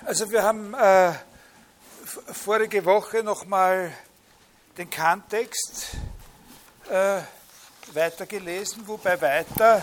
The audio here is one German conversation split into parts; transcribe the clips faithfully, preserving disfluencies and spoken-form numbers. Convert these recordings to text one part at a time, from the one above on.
Also wir haben äh, vorige Woche nochmal den Kant-Text äh, weitergelesen, wobei weiter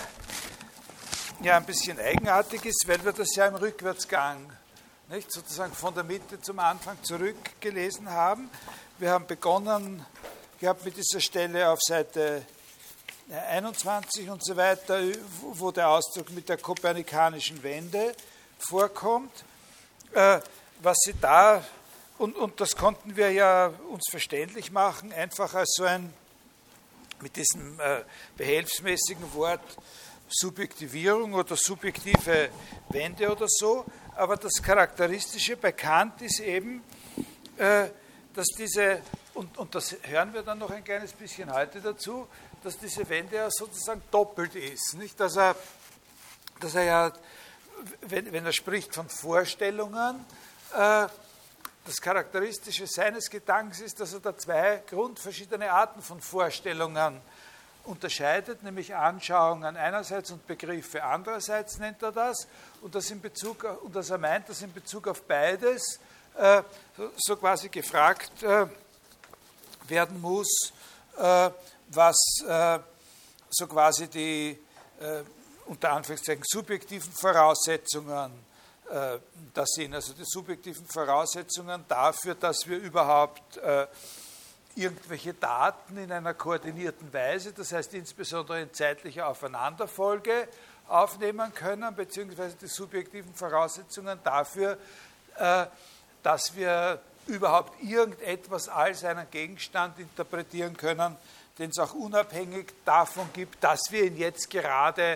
ja ein bisschen eigenartig ist, weil wir das ja im Rückwärtsgang, nicht, sozusagen von der Mitte zum Anfang zurückgelesen haben. Wir haben begonnen gehabt mit dieser Stelle auf Seite einundzwanzig und so weiter, wo der Ausdruck mit der kopernikanischen Wende vorkommt. Äh, was sie da, und, und das konnten wir ja uns verständlich machen, einfach als so ein, mit diesem äh, behelfsmäßigen Wort Subjektivierung oder subjektive Wende oder so. Aber das Charakteristische bei Kant ist eben, äh, dass diese, und, und das hören wir dann noch ein kleines bisschen heute dazu, dass diese Wende ja sozusagen doppelt ist. Nicht? Dass er, dass er ja, wenn, wenn er spricht von Vorstellungen, äh, das Charakteristische seines Gedankens ist, dass er da zwei grundverschiedene Arten von Vorstellungen unterscheidet, nämlich Anschauungen einerseits und Begriffe andererseits nennt er das, und dass, in Bezug, und dass er meint, dass in Bezug auf beides äh, so, so quasi gefragt äh, werden muss, äh, was äh, so quasi die äh, unter Anführungszeichen subjektiven Voraussetzungen äh, da sind, also die subjektiven Voraussetzungen dafür, dass wir überhaupt äh, irgendwelche Daten in einer koordinierten Weise, das heißt insbesondere in zeitlicher Aufeinanderfolge, aufnehmen können, beziehungsweise die subjektiven Voraussetzungen dafür, äh, dass wir überhaupt irgendetwas als einen Gegenstand interpretieren können, den es auch unabhängig davon gibt, dass wir ihn jetzt gerade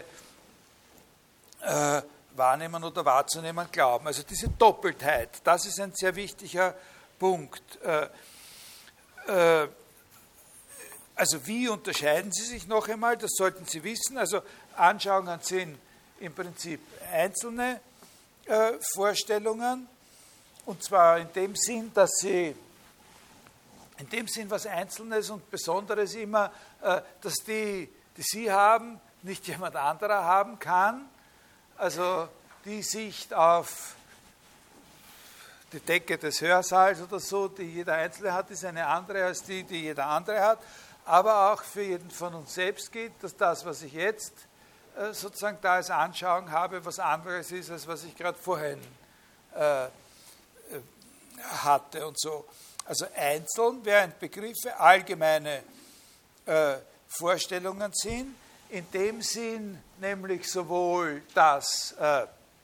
äh, wahrnehmen oder wahrzunehmen glauben. Also diese Doppeltheit, das ist ein sehr wichtiger Punkt. Äh, äh, also wie unterscheiden sie sich noch einmal? Das sollten Sie wissen. Also Anschauungen sind im Prinzip einzelne äh, Vorstellungen, und zwar in dem Sinn, dass sie in dem Sinn was Einzelnes und Besonderes immer, äh, dass die, die Sie haben, nicht jemand anderer haben kann. Also die Sicht auf die Decke des Hörsaals oder so, die jeder Einzelne hat, ist eine andere als die, die jeder andere hat. Aber auch für jeden von uns selbst gilt, dass das, was ich jetzt äh, sozusagen da als Anschauung habe, was anderes ist, als was ich gerade vorhin äh, hatte und so. Also einzeln, während Begriffe allgemeine äh, Vorstellungen sind, in dem Sinn nämlich sowohl, dass, äh,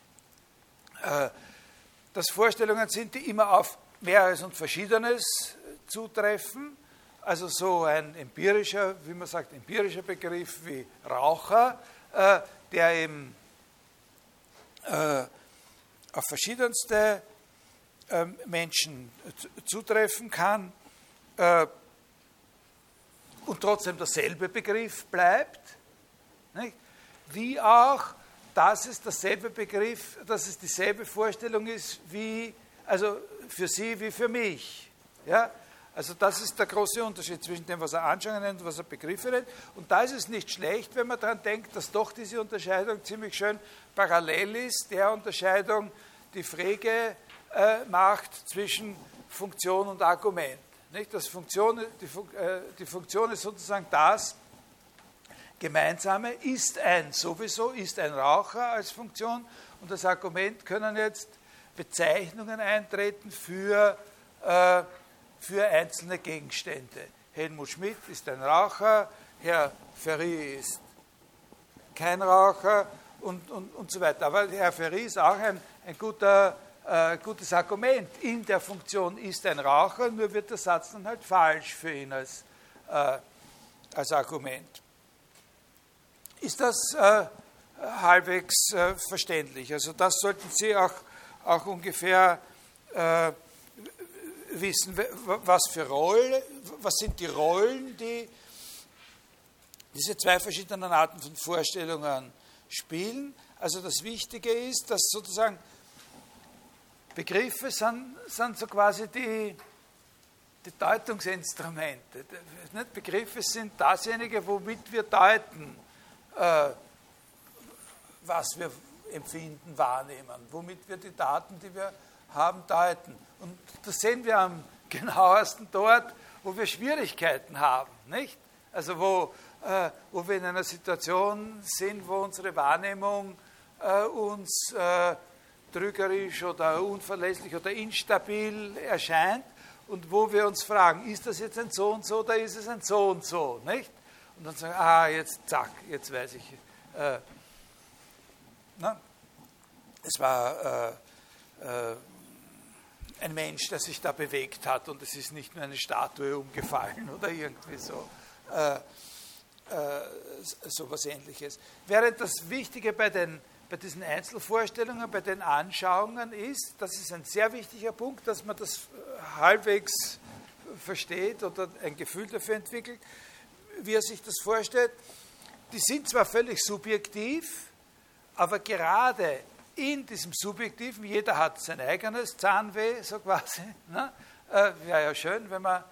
äh, dass Vorstellungen sind, die immer auf Mehreres und Verschiedenes zutreffen, also so ein empirischer, wie man sagt, empirischer Begriff wie Raucher, äh, der eben äh, auf verschiedenste äh, Menschen zutreffen kann äh, und trotzdem derselbe Begriff bleibt. Nicht? Wie auch, dass es derselbe Begriff, dass es dieselbe Vorstellung ist, wie, also für Sie wie für mich. Ja? Also das ist der große Unterschied zwischen dem, was er Anschauungen nennt und was er Begriffe nennt. Und da ist es nicht schlecht, wenn man daran denkt, dass doch diese Unterscheidung ziemlich schön parallel ist, der Unterscheidung, die Frege äh, macht zwischen Funktion und Argument. Nicht? Das Funktion, die, äh, die Funktion ist sozusagen das Gemeinsame, ist ein sowieso, ist ein Raucher als Funktion, und das Argument können jetzt Bezeichnungen eintreten für, äh, für einzelne Gegenstände. Helmut Schmidt ist ein Raucher, Herr Ferry ist kein Raucher und, und, und so weiter. Aber Herr Ferry ist auch ein, ein guter, äh, gutes Argument. In der Funktion ist ein Raucher, nur wird der Satz dann halt falsch für ihn als, äh, als Argument. Ist das äh, halbwegs äh, verständlich? Also das sollten Sie auch, auch ungefähr äh, wissen, was für Rollen, was sind die Rollen, die diese zwei verschiedenen Arten von Vorstellungen spielen. Also das Wichtige ist, dass sozusagen Begriffe sind, sind so quasi die, die Deutungsinstrumente. Begriffe sind dasjenige, womit wir deuten, was wir empfinden, wahrnehmen, womit wir die Daten, die wir haben deuten. Und das sehen wir am genauesten dort, wo wir Schwierigkeiten haben, nicht? Also wo, äh, wo wir in einer Situation sind, wo unsere Wahrnehmung äh, uns äh, trügerisch oder unverlässlich oder instabil erscheint und wo wir uns fragen, ist das jetzt ein so und so oder ist es ein so und so, nicht? Und dann sagen, ah, jetzt zack, jetzt weiß ich. Äh, na? Es war äh, äh, ein Mensch, der sich da bewegt hat und es ist nicht nur eine Statue umgefallen oder irgendwie so. Äh, äh, so was Ähnliches. Während das Wichtige bei, den, bei diesen Einzelvorstellungen, bei den Anschauungen ist, das ist ein sehr wichtiger Punkt, dass man das halbwegs versteht oder ein Gefühl dafür entwickelt, wie er sich das vorstellt. Die sind zwar völlig subjektiv, aber gerade in diesem Subjektiven, jeder hat sein eigenes Zahnweh, so quasi. Ne? Äh, wäre ja schön, wenn man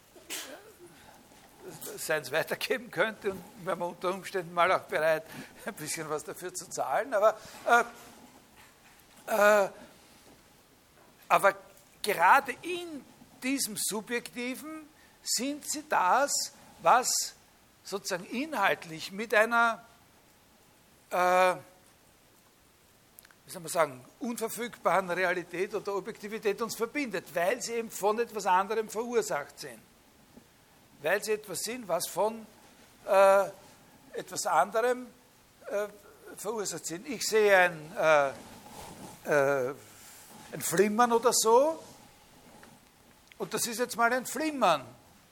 seins weitergeben könnte und wäre man unter Umständen mal auch bereit, ein bisschen was dafür zu zahlen. Aber, äh, äh, aber gerade in diesem Subjektiven sind sie das, was sozusagen inhaltlich mit einer äh, wie soll man sagen, unverfügbaren Realität oder Objektivität uns verbindet, weil sie eben von etwas anderem verursacht sind. Weil sie etwas sind, was von äh, etwas anderem äh, verursacht sind. Ich sehe ein, äh, äh, ein Flimmern oder so und das ist jetzt mal ein Flimmern.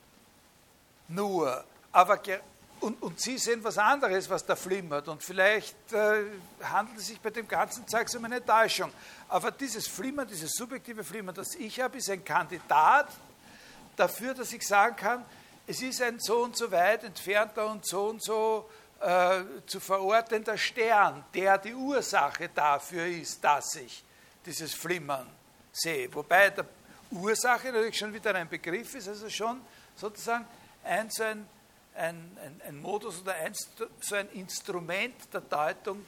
Nur, aber Und, und Sie sehen was anderes, was da flimmert. Und vielleicht äh, handelt es sich bei dem ganzen Zeug um eine Täuschung. Aber dieses Flimmern, dieses subjektive Flimmern, das ich habe, ist ein Kandidat dafür, dass ich sagen kann, es ist ein so und so weit entfernter und so und so äh, zu verortender Stern, der die Ursache dafür ist, dass ich dieses Flimmern sehe. Wobei der Ursache natürlich schon wieder ein Begriff ist, also schon sozusagen ein so ein Ein, ein, ein Modus oder ein, so ein Instrument der Deutung,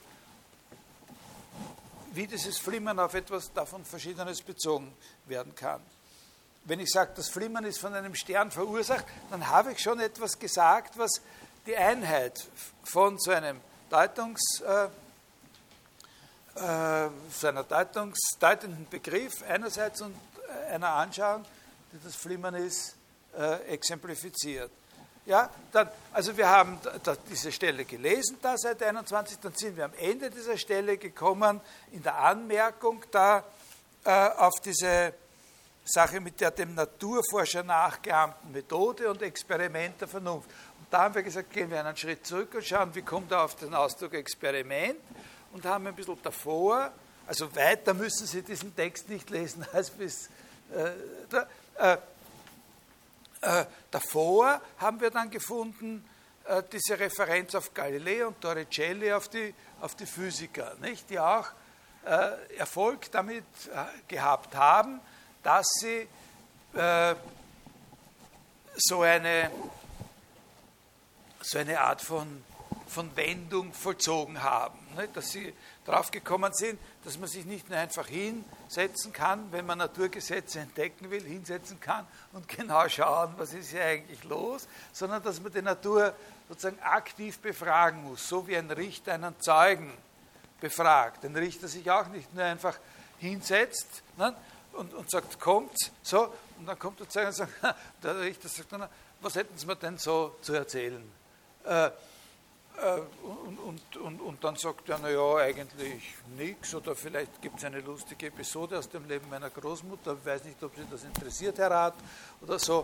wie dieses Flimmern auf etwas davon Verschiedenes bezogen werden kann. Wenn ich sage, das Flimmern ist von einem Stern verursacht, dann habe ich schon etwas gesagt, was die Einheit von so einem Deutungs, äh, äh, so einer Deutungs, deutenden Begriff einerseits und einer Anschauung, die das Flimmern ist, äh, exemplifiziert. Ja, dann, also wir haben da, diese Stelle gelesen, da Seite einundzwanzig, dann sind wir am Ende dieser Stelle gekommen, in der Anmerkung da äh, auf diese Sache mit der dem Naturforscher nachgeahmten Methode und Experiment der Vernunft. Und da haben wir gesagt, gehen wir einen Schritt zurück und schauen, wie kommt er auf den Ausdruck Experiment und haben ein bisschen davor, also weiter müssen Sie diesen Text nicht lesen als bis äh, da, äh, Äh, davor haben wir dann gefunden, äh, diese Referenz auf Galilei und Torricelli, auf die, auf die Physiker, nicht? Die auch äh, Erfolg damit äh, gehabt haben, dass sie äh, so, eine, so eine Art von, von Wendung vollzogen haben, nicht? Dass sie drauf gekommen sind, dass man sich nicht nur einfach hinsetzen kann, wenn man Naturgesetze entdecken will, hinsetzen kann und genau schauen, was ist hier eigentlich los, sondern dass man die Natur sozusagen aktiv befragen muss, so wie ein Richter einen Zeugen befragt. Ein Richter sich auch nicht nur einfach hinsetzt, ne, und, und sagt, kommt, so, und dann kommt der Zeuge und sagt, der Richter sagt, na, was hätten Sie mir denn so zu erzählen? Äh, Und, und, und, und dann sagt er, naja, eigentlich nichts oder vielleicht gibt es eine lustige Episode aus dem Leben meiner Großmutter, ich weiß nicht, ob Sie das interessiert, Herr Rat, oder so.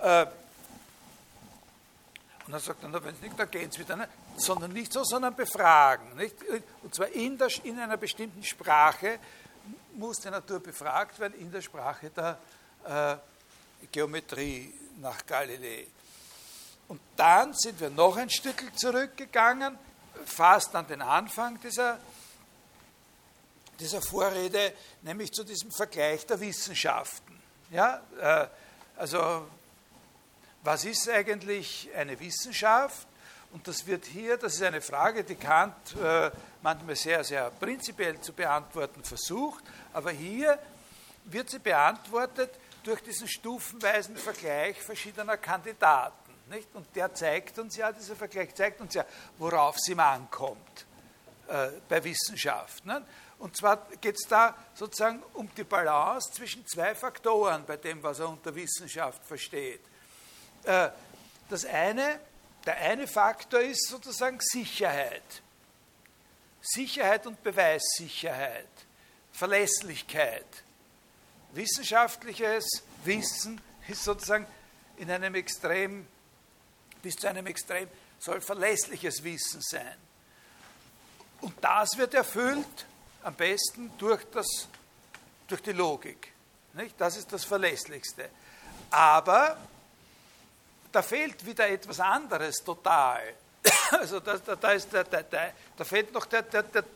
Und dann sagt er, wenn es nicht, dann gehen Sie wieder, ne? Sondern nicht so, sondern befragen. Nicht? Und zwar in, der, in einer bestimmten Sprache muss die Natur befragt werden, in der Sprache der äh, Geometrie nach Galilei. Und dann sind wir noch ein Stückchen zurückgegangen, fast an den Anfang dieser, dieser Vorrede, nämlich zu diesem Vergleich der Wissenschaften. Ja, äh, also, was ist eigentlich eine Wissenschaft? Und das wird hier, das ist eine Frage, die Kant äh, manchmal sehr, sehr prinzipiell zu beantworten versucht, aber hier wird sie beantwortet durch diesen stufenweisen Vergleich verschiedener Kandidaten. Nicht? Und der zeigt uns ja, dieser Vergleich zeigt uns ja, worauf es ihm ankommt äh, bei Wissenschaft. Ne? Und zwar geht es da sozusagen um die Balance zwischen zwei Faktoren bei dem, was er unter Wissenschaft versteht. Äh, das eine, der eine Faktor ist sozusagen Sicherheit. Sicherheit und Beweissicherheit, Verlässlichkeit. Wissenschaftliches Wissen ist sozusagen in einem Extrem, bis zu einem Extrem, soll verlässliches Wissen sein. Und das wird erfüllt am besten durch, das, durch die Logik. Nicht? Das ist das Verlässlichste. Aber da fehlt wieder etwas anderes total. Also da, da, da, ist der, der, der, da fehlt noch der, der, der,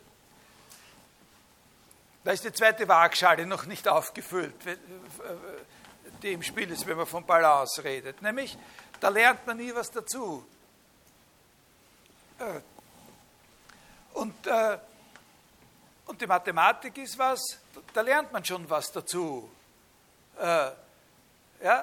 da ist die zweite Waagschale noch nicht aufgefüllt, die im Spiel ist, wenn man von Balance redet. Nämlich, da lernt man nie was dazu. Und, äh, und die Mathematik ist was, da lernt man schon was dazu. Äh, ja,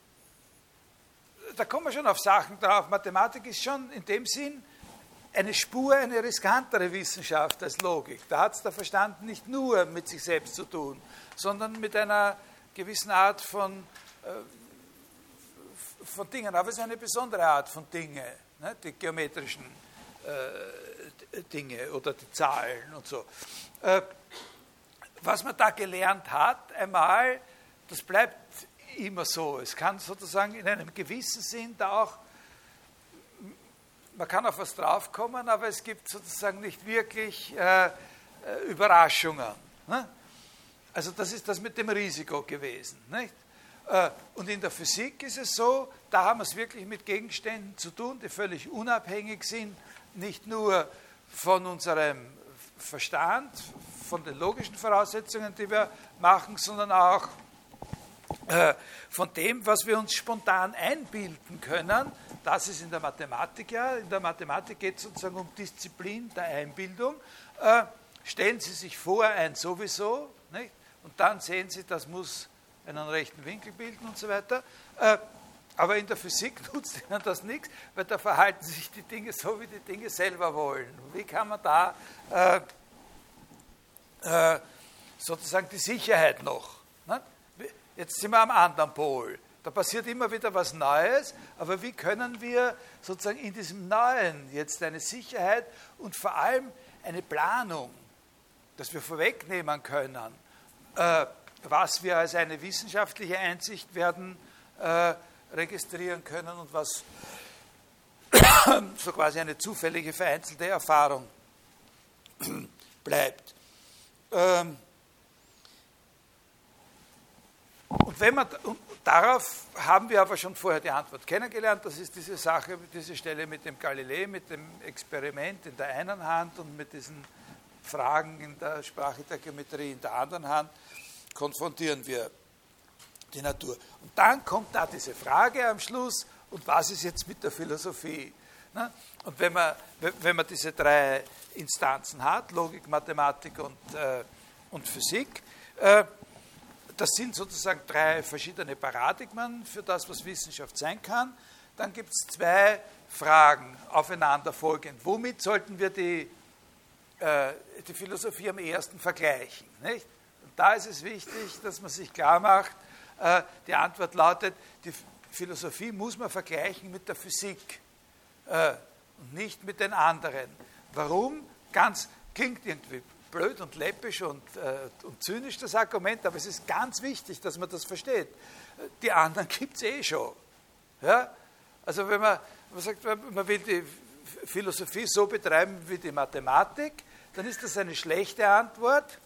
da kommen wir schon auf Sachen drauf. Mathematik ist schon in dem Sinn eine Spur, eine riskantere Wissenschaft als Logik. Da hat es der Verstand nicht nur mit sich selbst zu tun, sondern mit einer gewissen Art von, äh, von Dingen. Aber es ist eine besondere Art von Dinge, ne? Die geometrischen äh, Dinge oder die Zahlen und so. Äh, was man da gelernt hat, einmal, das bleibt immer so. Es kann sozusagen in einem gewissen Sinn da auch, man kann auf was draufkommen, aber es gibt sozusagen nicht wirklich äh, Überraschungen. Ne? Also das ist das mit dem Risiko gewesen. Nicht? Äh, und in der Physik ist es so, da haben wir es wirklich mit Gegenständen zu tun, die völlig unabhängig sind, nicht nur von unserem Verstand, von den logischen Voraussetzungen, die wir machen, sondern auch von dem, was wir uns spontan einbilden können. Das ist in der Mathematik ja. In der Mathematik geht es sozusagen um Disziplin der Einbildung. Äh, stellen Sie sich vor, ein sowieso, nicht? Und dann sehen Sie, das muss einen rechten Winkel bilden und so weiter. Äh, aber in der Physik nutzt Ihnen das nichts, weil da verhalten sich die Dinge so, wie die Dinge selber wollen. Wie kann man da äh, äh, sozusagen die Sicherheit noch? Ne? Jetzt sind wir am anderen Pol. Da passiert immer wieder was Neues, aber wie können wir sozusagen in diesem Neuen jetzt eine Sicherheit und vor allem eine Planung, dass wir vorwegnehmen können, äh, was wir als eine wissenschaftliche Einsicht werden äh, registrieren können und was so quasi eine zufällige, vereinzelte Erfahrung bleibt. Ähm, Und, wenn man, und darauf haben wir aber schon vorher die Antwort kennengelernt. Das ist diese Sache, diese Stelle mit dem Galilei, mit dem Experiment in der einen Hand und mit diesen Fragen in der Sprache der Geometrie in der anderen Hand, konfrontieren wir die Natur. Und dann kommt da diese Frage am Schluss, und was ist jetzt mit der Philosophie? Und wenn man, wenn man diese drei Instanzen hat, Logik, Mathematik und, äh, und Physik, äh, das sind sozusagen drei verschiedene Paradigmen für das, was Wissenschaft sein kann. Dann gibt es zwei Fragen aufeinander folgend. Womit sollten wir die, äh, die Philosophie am ehesten vergleichen? Nicht? Und da ist es wichtig, dass man sich klar macht, äh, die Antwort lautet, die Philosophie muss man vergleichen mit der Physik äh, und nicht mit den anderen. Warum? Ganz, klingt irgendwie blöd und läppisch und, äh, und zynisch das Argument, aber es ist ganz wichtig, dass man das versteht. Die anderen gibt es eh schon. Ja? Also wenn man, man sagt, man will die Philosophie so betreiben wie die Mathematik, dann ist das eine schlechte Antwort,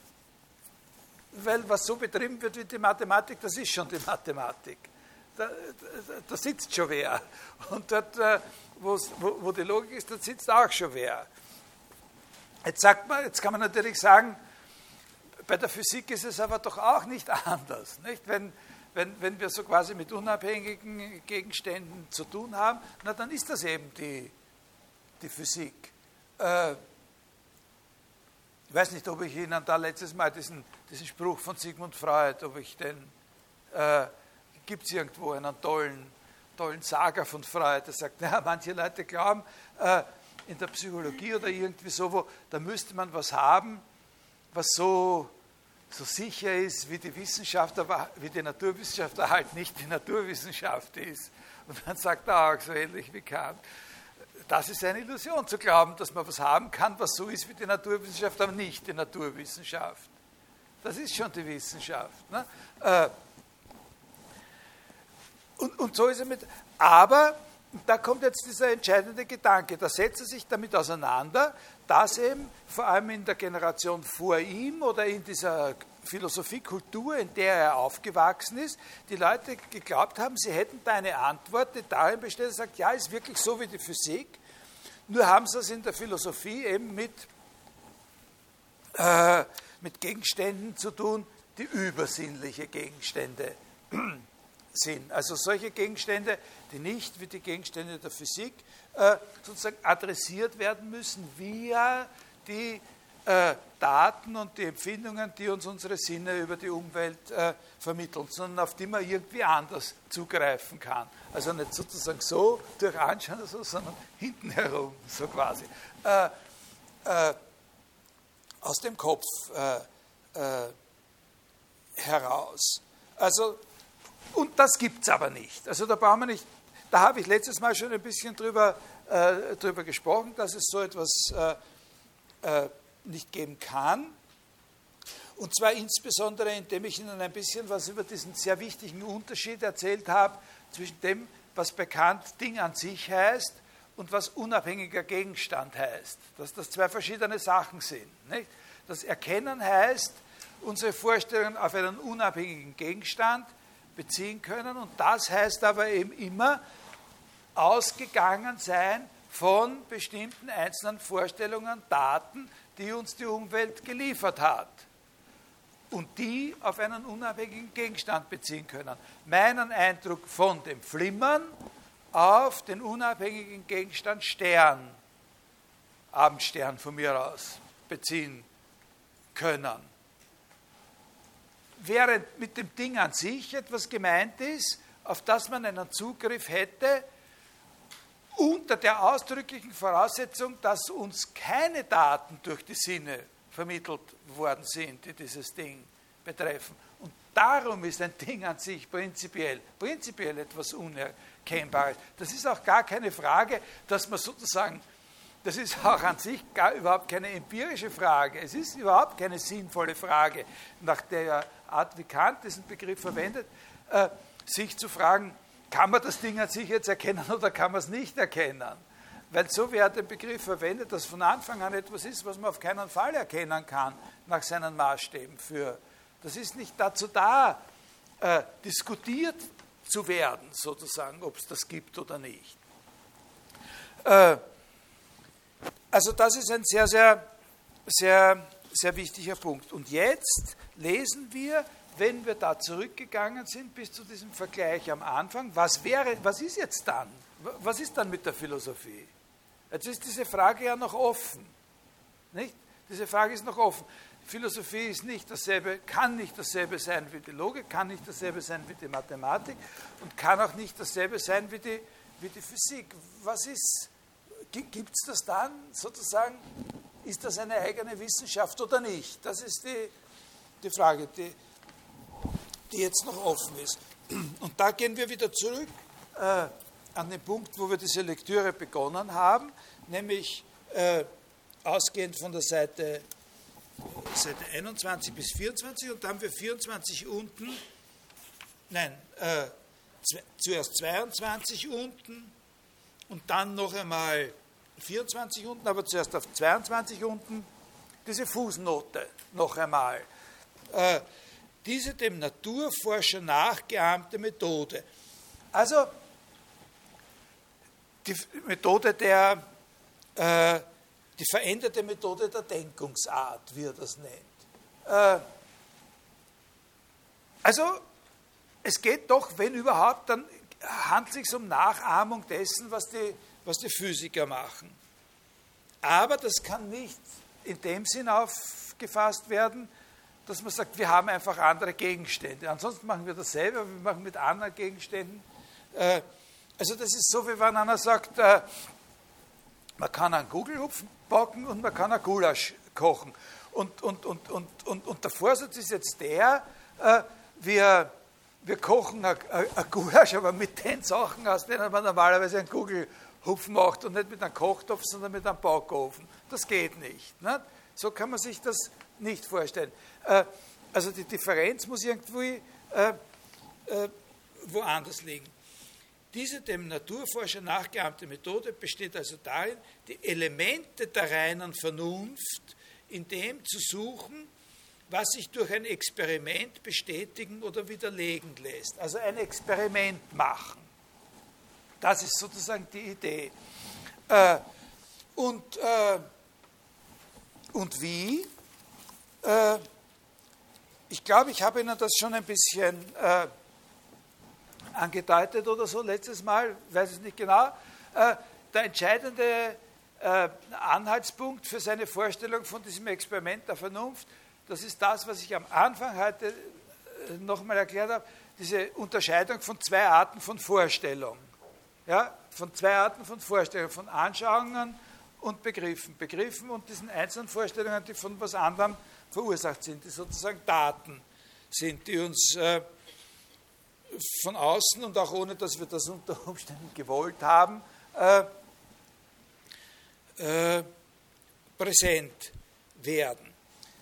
weil was so betrieben wird wie die Mathematik, das ist schon die Mathematik. Da, da, da sitzt schon wer. Und dort, wo, wo die Logik ist, da sitzt auch schon wer. Jetzt, sagt man, jetzt kann man natürlich sagen, bei der Physik ist es aber doch auch nicht anders. Nicht? Wenn, wenn, wenn wir so quasi mit unabhängigen Gegenständen zu tun haben, na, dann ist das eben die, die Physik. Äh, Ich weiß nicht, ob ich Ihnen da letztes Mal diesen, diesen Spruch von Sigmund Freud, ob ich den, äh, gibt es irgendwo einen tollen, tollen Saga von Freud, der sagt, naja, manche Leute glauben, äh, in der Psychologie oder irgendwie so, wo, da müsste man was haben, was so, so sicher ist wie die Wissenschaft, aber wie die Naturwissenschaft halt nicht die Naturwissenschaft ist. Und dann sagt er auch so ähnlich wie Kant, das ist eine Illusion, zu glauben, dass man was haben kann, was so ist wie die Naturwissenschaft, aber nicht die Naturwissenschaft. Das ist schon die Wissenschaft. Ne? Und, und so ist er mit. Aber, da kommt jetzt dieser entscheidende Gedanke, da setzt er sich damit auseinander, dass eben vor allem in der Generation vor ihm oder in dieser Philosophiekultur, in der er aufgewachsen ist, die Leute geglaubt haben, sie hätten da eine Antwort, die darin besteht, er sagt, ja, ist wirklich so wie die Physik, nur haben sie es in der Philosophie eben mit, äh, mit Gegenständen zu tun, die übersinnliche Gegenstände sind. Also solche Gegenstände, die nicht wie die Gegenstände der Physik äh, sozusagen adressiert werden müssen via die äh, Daten und die Empfindungen, die uns unsere Sinne über die Umwelt äh, vermitteln, sondern auf die man irgendwie anders zugreifen kann. Also nicht sozusagen so durch Anschauen oder so, sondern hinten herum, so quasi. Äh, äh, aus dem Kopf äh, äh, heraus. Also, und das gibt es aber nicht. Also da brauchen wir nicht, da habe ich letztes Mal schon ein bisschen drüber, äh, drüber gesprochen, dass es so etwas äh, äh, nicht geben kann. Und zwar insbesondere, indem ich Ihnen ein bisschen was über diesen sehr wichtigen Unterschied erzählt habe zwischen dem, was bekannt Ding an sich heißt und was unabhängiger Gegenstand heißt. Dass das zwei verschiedene Sachen sind. Nicht? Das Erkennen heißt, unsere Vorstellungen auf einen unabhängigen Gegenstand beziehen können und das heißt aber eben immer ausgegangen sein von bestimmten einzelnen Vorstellungen, Daten, die uns die Umwelt geliefert hat und die auf einen unabhängigen Gegenstand beziehen können. Meinen Eindruck von dem Flimmern auf den unabhängigen Gegenstand Stern, Abendstern von mir aus, beziehen können. Während mit dem Ding an sich etwas gemeint ist, auf das man einen Zugriff hätte, unter der ausdrücklichen Voraussetzung, dass uns keine Daten durch die Sinne vermittelt worden sind, die dieses Ding betreffen. Und darum ist ein Ding an sich prinzipiell, prinzipiell etwas Unerkennbares. Das ist auch gar keine Frage, dass man sozusagen, das ist auch an sich gar überhaupt keine empirische Frage. Es ist überhaupt keine sinnvolle Frage, nach der Art, wie Kant diesen Begriff verwendet, äh, sich zu fragen, kann man das Ding an sich jetzt erkennen oder kann man es nicht erkennen? Weil so wie er den Begriff verwendet, dass von Anfang an etwas ist, was man auf keinen Fall erkennen kann, nach seinen Maßstäben für. Das ist nicht dazu da, äh, diskutiert zu werden, sozusagen, ob es das gibt oder nicht. Äh, also das ist ein sehr, sehr, sehr, sehr wichtiger Punkt. Und jetzt lesen wir, wenn wir da zurückgegangen sind bis zu diesem Vergleich am Anfang, was wäre, was ist jetzt dann? Was ist dann mit der Philosophie? Jetzt ist diese Frage ja noch offen. Nicht? Diese Frage ist noch offen. Philosophie ist nicht dasselbe, kann nicht dasselbe sein wie die Logik, kann nicht dasselbe sein wie die Mathematik und kann auch nicht dasselbe sein wie die, wie die Physik. Was ist, gibt es das dann sozusagen, ist das eine eigene Wissenschaft oder nicht? Das ist die, die Frage, die, die jetzt noch offen ist. Und da gehen wir wieder zurück äh, an den Punkt, wo wir diese Lektüre begonnen haben, nämlich äh, ausgehend von der Seite, Seite einundzwanzig bis vierundzwanzig und dann haben wir vierundzwanzig unten, nein, äh, zuerst zweiundzwanzig unten und dann noch einmal vierundzwanzig unten, aber zuerst auf zweiundzwanzig unten, diese Fußnote noch einmal. Äh, diese dem Naturforscher nachgeahmte Methode. Also die Methode der, äh, die veränderte Methode der Denkungsart, wie er das nennt. Äh, also es geht doch, wenn überhaupt, dann handelt es sich um Nachahmung dessen, was die, was die Physiker machen. Aber das kann nicht in dem Sinn aufgefasst werden, dass man sagt, wir haben einfach andere Gegenstände. Ansonsten machen wir dasselbe, aber wir machen mit anderen Gegenständen. Äh, also das ist so, wie wenn einer sagt, äh, man kann einen Gugelhupfen backen und man kann einen Gulasch kochen. Und, und, und, und, und, und der Vorsatz ist jetzt der, äh, wir, wir kochen ein Gulasch, aber mit den Sachen, aus denen man normalerweise einen Gugelhupfen macht und nicht mit einem Kochtopf, sondern mit einem Backofen. Das geht nicht. Ne? So kann man sich das nicht vorstellen. Äh, also die Differenz muss irgendwie äh, äh, woanders liegen. Diese dem Naturforscher nachgeahmte Methode besteht also darin, die Elemente der reinen Vernunft in dem zu suchen, was sich durch ein Experiment bestätigen oder widerlegen lässt. Also ein Experiment machen. Das ist sozusagen die Idee. Äh, und, äh, und wie? Äh, ich glaube, ich habe Ihnen das schon ein bisschen äh, angedeutet oder so letztes Mal, weiß es nicht genau. Äh, der entscheidende äh, Anhaltspunkt für seine Vorstellung von diesem Experiment der Vernunft, das ist das, was ich am Anfang heute äh, nochmal erklärt habe, diese Unterscheidung von zwei Arten von Vorstellung. Ja, von zwei Arten von Vorstellungen, von Anschauungen und Begriffen. Begriffen und diesen einzelnen Vorstellungen, die von was anderem verursacht sind, die sozusagen Daten sind, die uns äh, von außen und auch ohne, dass wir das unter Umständen gewollt haben, äh, äh, präsent werden.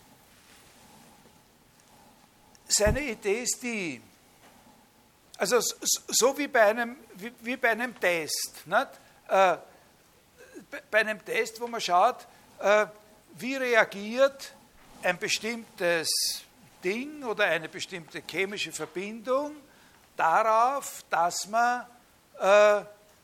Seine Idee ist die, also so wie bei einem, wie, wie bei einem Test, nicht? Äh, bei einem Test, wo man schaut, äh, wie reagiert ein bestimmtes Ding oder eine bestimmte chemische Verbindung darauf, dass man äh,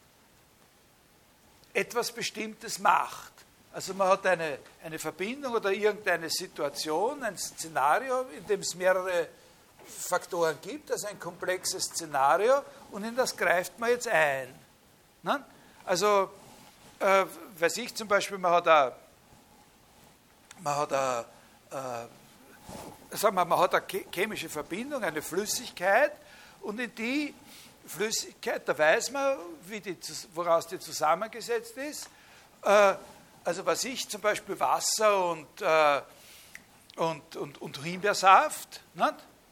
etwas Bestimmtes macht. Also man hat eine, eine Verbindung oder irgendeine Situation, ein Szenario, in dem es mehrere Faktoren gibt, also ein komplexes Szenario, und in das greift man jetzt ein. Ne? Also, äh, weiß ich zum Beispiel, man hat eine, man hat eine, äh, sagen wir, man hat eine chemische Verbindung, eine Flüssigkeit, und in die Flüssigkeit, da weiß man, wie die, woraus die zusammengesetzt ist. Äh, also was ich, zum Beispiel Wasser und, äh, und, und, und Himbeersaft, nicht?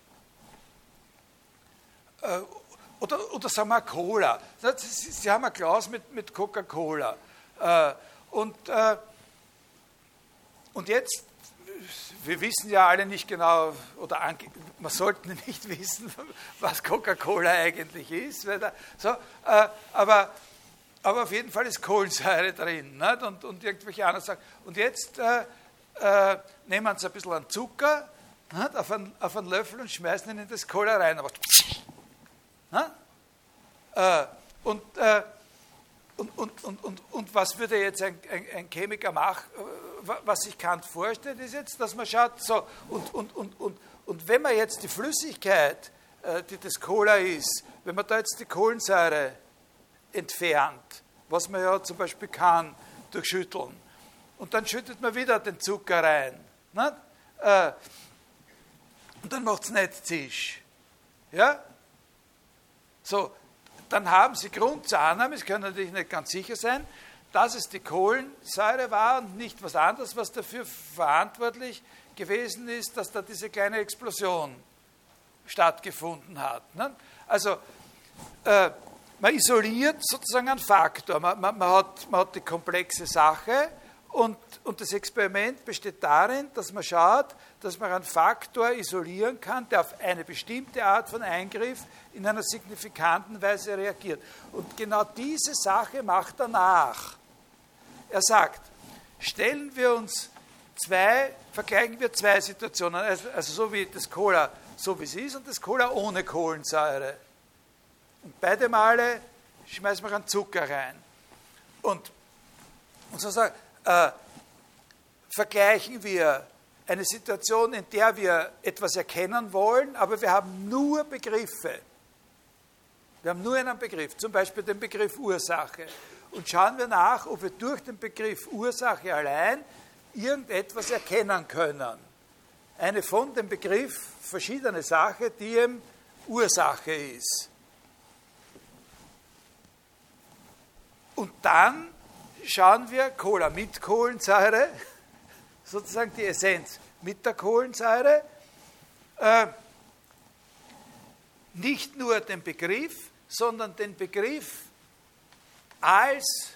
Äh, oder, oder sagen wir Cola. Sie, Sie haben ein Glas mit, mit Coca-Cola. Äh, und, äh, und jetzt, wir wissen ja alle nicht genau, oder ange, man sollte nicht wissen, was Coca-Cola eigentlich ist. Weil da, so, äh, aber, aber auf jeden Fall ist Kohlensäure drin. Nicht? Und, und irgendwelche anderen sagen, und jetzt äh, äh, nehmen Sie ein bisschen an Zucker, nicht? Auf, einen, auf einen Löffel und schmeißen ihn in das Cola rein. Aber, äh, und, äh, und, und, und, und, und was würde jetzt ein, ein, ein Chemiker machen? Was sich Kant vorstellt, ist jetzt, dass man schaut, so, und, und, und, und, und wenn man jetzt die Flüssigkeit, äh, die das Cola ist, wenn man da jetzt die Kohlensäure entfernt, was man ja zum Beispiel kann durch Schütteln, und dann schüttet man wieder den Zucker rein, ne? äh, und dann macht es nicht Zisch. Ja? So, dann haben Sie Grund zur Annahme, Sie können natürlich nicht ganz sicher sein, dass es die Kohlensäure war und nicht was anderes, was dafür verantwortlich gewesen ist, dass da diese kleine Explosion stattgefunden hat. Ne? Also äh, man isoliert sozusagen einen Faktor, man, man, man, hat, man hat die komplexe Sache und, und das Experiment besteht darin, dass man schaut, dass man einen Faktor isolieren kann, der auf eine bestimmte Art von Eingriff in einer signifikanten Weise reagiert. Und genau diese Sache macht er nach. Er sagt, stellen wir uns zwei, vergleichen wir zwei Situationen, also, also so wie das Cola, so wie es ist, und das Cola ohne Kohlensäure. Und beide Male schmeißen wir einen Zucker rein. Und, und so sagen, äh, vergleichen wir eine Situation, in der wir etwas erkennen wollen, aber wir haben nur Begriffe. Wir haben nur einen Begriff, zum Beispiel den Begriff Ursache. Und schauen wir nach, ob wir durch den Begriff Ursache allein irgendetwas erkennen können. Eine von dem Begriff verschiedene Sache, die eben Ursache ist. Und dann schauen wir Cola mit Kohlensäure, sozusagen die Essenz mit der Kohlensäure, äh, nicht nur den Begriff, sondern den Begriff als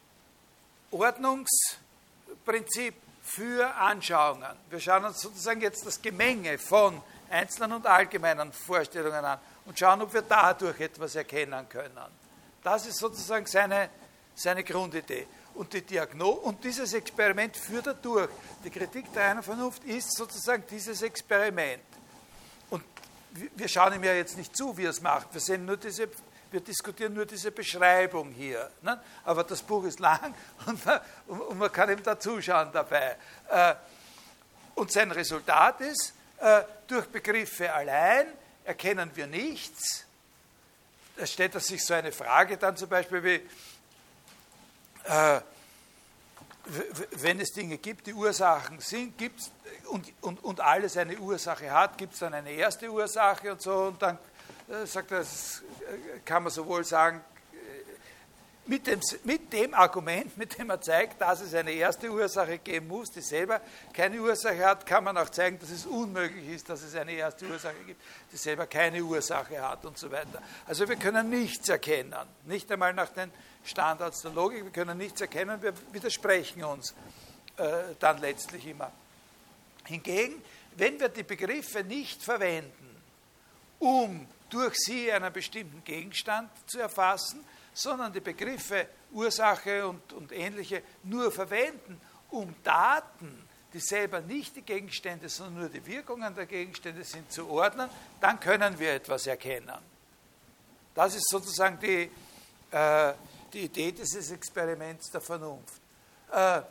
Ordnungsprinzip für Anschauungen. Wir schauen uns sozusagen jetzt das Gemenge von einzelnen und allgemeinen Vorstellungen an und schauen, ob wir dadurch etwas erkennen können. Das ist sozusagen seine, seine Grundidee. Und, die Diagno- und dieses Experiment führt er durch. Die Kritik der reinen Vernunft ist sozusagen dieses Experiment. Und wir schauen ihm ja jetzt nicht zu, wie er es macht. Wir sehen nur diese, wir diskutieren nur diese Beschreibung hier. Ne? Aber das Buch ist lang und man, und man kann ihm da zuschauen dabei. Und sein Resultat ist, durch Begriffe allein erkennen wir nichts. Da stellt er sich so eine Frage dann zum Beispiel wie, Äh, wenn es Dinge gibt, die Ursachen sind, gibt's, und, und, und alles eine Ursache hat, gibt es dann eine erste Ursache und so, und dann äh, sagt er, das kann man sowohl sagen, mit dem, mit dem Argument, mit dem er zeigt, dass es eine erste Ursache geben muss, die selber keine Ursache hat, kann man auch zeigen, dass es unmöglich ist, dass es eine erste Ursache gibt, die selber keine Ursache hat und so weiter. Also wir können nichts erkennen, nicht einmal nach den Standards der Logik, wir können nichts erkennen, wir widersprechen uns äh, dann letztlich immer. Hingegen, wenn wir die Begriffe nicht verwenden, um durch sie einen bestimmten Gegenstand zu erfassen, sondern die Begriffe Ursache und, und ähnliche nur verwenden, um Daten, die selber nicht die Gegenstände, sondern nur die Wirkungen der Gegenstände sind, zu ordnen, dann können wir etwas erkennen. Das ist sozusagen die, äh, die Idee dieses Experiments der Vernunft. Äh,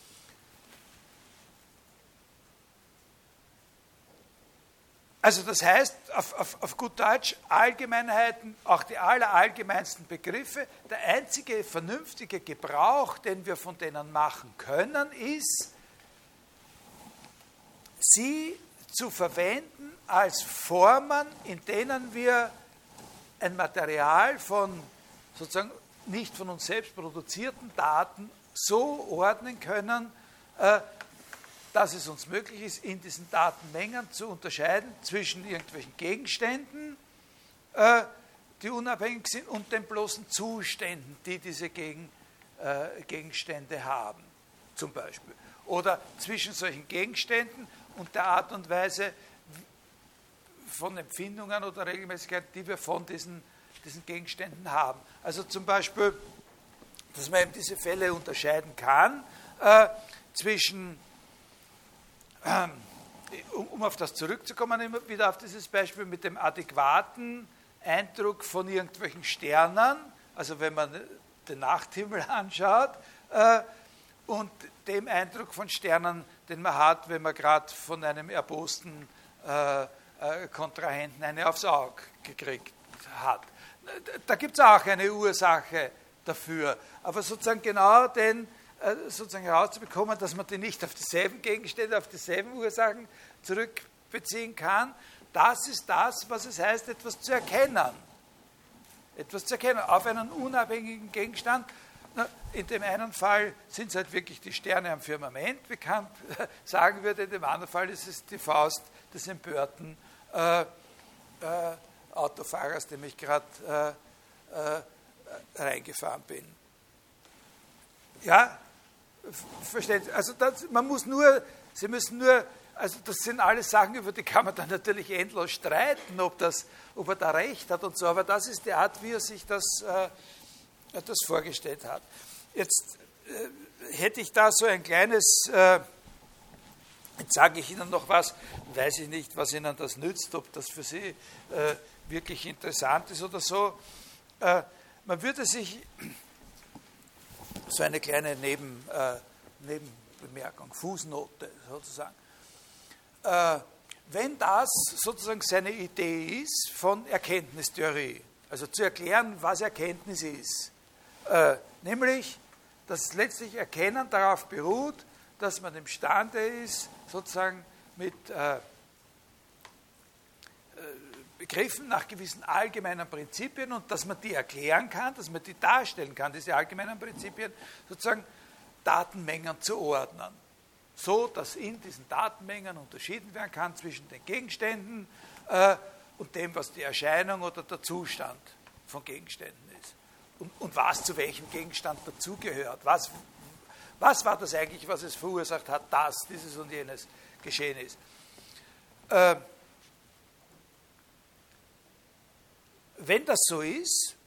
Also das heißt, auf, auf, auf gut Deutsch, Allgemeinheiten, auch die allerallgemeinsten Begriffe, der einzige vernünftige Gebrauch, den wir von denen machen können, ist, sie zu verwenden als Formen, in denen wir ein Material von sozusagen nicht von uns selbst produzierten Daten so ordnen können, äh, dass es uns möglich ist, in diesen Datenmengen zu unterscheiden zwischen irgendwelchen Gegenständen, äh, die unabhängig sind, und den bloßen Zuständen, die diese Gegen, äh, Gegenstände haben, zum Beispiel. Oder zwischen solchen Gegenständen und der Art und Weise von Empfindungen oder Regelmäßigkeiten, die wir von diesen, diesen Gegenständen haben. Also zum Beispiel, dass man eben diese Fälle unterscheiden kann äh, zwischen Um auf das zurückzukommen, immer wieder auf dieses Beispiel mit dem adäquaten Eindruck von irgendwelchen Sternen, also wenn man den Nachthimmel anschaut, äh, und dem Eindruck von Sternen, den man hat, wenn man gerade von einem erbosten äh, äh, Kontrahenten eine aufs Auge gekriegt hat. Da gibt es auch eine Ursache dafür, aber sozusagen genau den sozusagen herauszubekommen, dass man die nicht auf dieselben Gegenstände, auf dieselben Ursachen zurückbeziehen kann, das ist das, was es heißt, etwas zu erkennen. Etwas zu erkennen auf einen unabhängigen Gegenstand. In dem einen Fall sind es halt wirklich die Sterne am Firmament, wie Kant sagen würde, in dem anderen Fall ist es die Faust des empörten äh, äh, Autofahrers, dem ich gerade äh, äh, reingefahren bin. Ja, verstehen Sie? Also das, man muss nur, Sie müssen nur, also das sind alles Sachen, über die kann man dann natürlich endlos streiten, ob, das, ob er da recht hat und so, aber das ist die Art, wie er sich das, äh, das vorgestellt hat. Jetzt äh, hätte ich da so ein kleines, äh, jetzt sage ich Ihnen noch was, weiß ich nicht, was Ihnen das nützt, ob das für Sie äh, wirklich interessant ist oder so. Äh, man würde sich so eine kleine Neben, äh, Nebenbemerkung, Fußnote sozusagen. Äh, wenn das sozusagen seine Idee ist von Erkenntnistheorie, also zu erklären, was Erkenntnis ist, äh, nämlich, dass letztlich Erkennen darauf beruht, dass man imstande ist, sozusagen mit äh, Begriffen nach gewissen allgemeinen Prinzipien und dass man die erklären kann, dass man die darstellen kann, diese allgemeinen Prinzipien, sozusagen Datenmengen zu ordnen. So, dass in diesen Datenmengen unterschieden werden kann zwischen den Gegenständen äh, und dem, was die Erscheinung oder der Zustand von Gegenständen ist. Und, und was zu welchem Gegenstand dazugehört. Was, was war das eigentlich, was es verursacht hat, dass dieses und jenes geschehen ist. Äh, Wenn das so ist,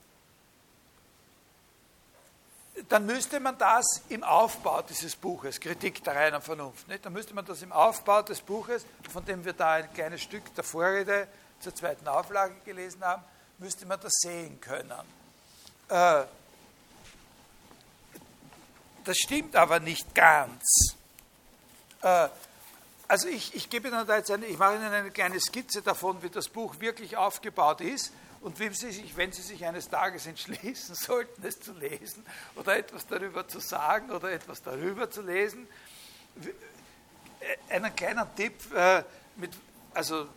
dann müsste man das im Aufbau dieses Buches, Kritik der reinen Vernunft, nicht? Dann müsste man das im Aufbau des Buches, von dem wir da ein kleines Stück der Vorrede zur zweiten Auflage gelesen haben, müsste man das sehen können. Äh, das stimmt aber nicht ganz. Äh, also ich, ich gebe Ihnen da jetzt eine, ich mache Ihnen eine kleine Skizze davon, wie das Buch wirklich aufgebaut ist. Und wenn Sie, sich, wenn Sie sich eines Tages entschließen sollten, es zu lesen oder etwas darüber zu sagen oder etwas darüber zu lesen, einen kleinen Tipp, äh, mit, also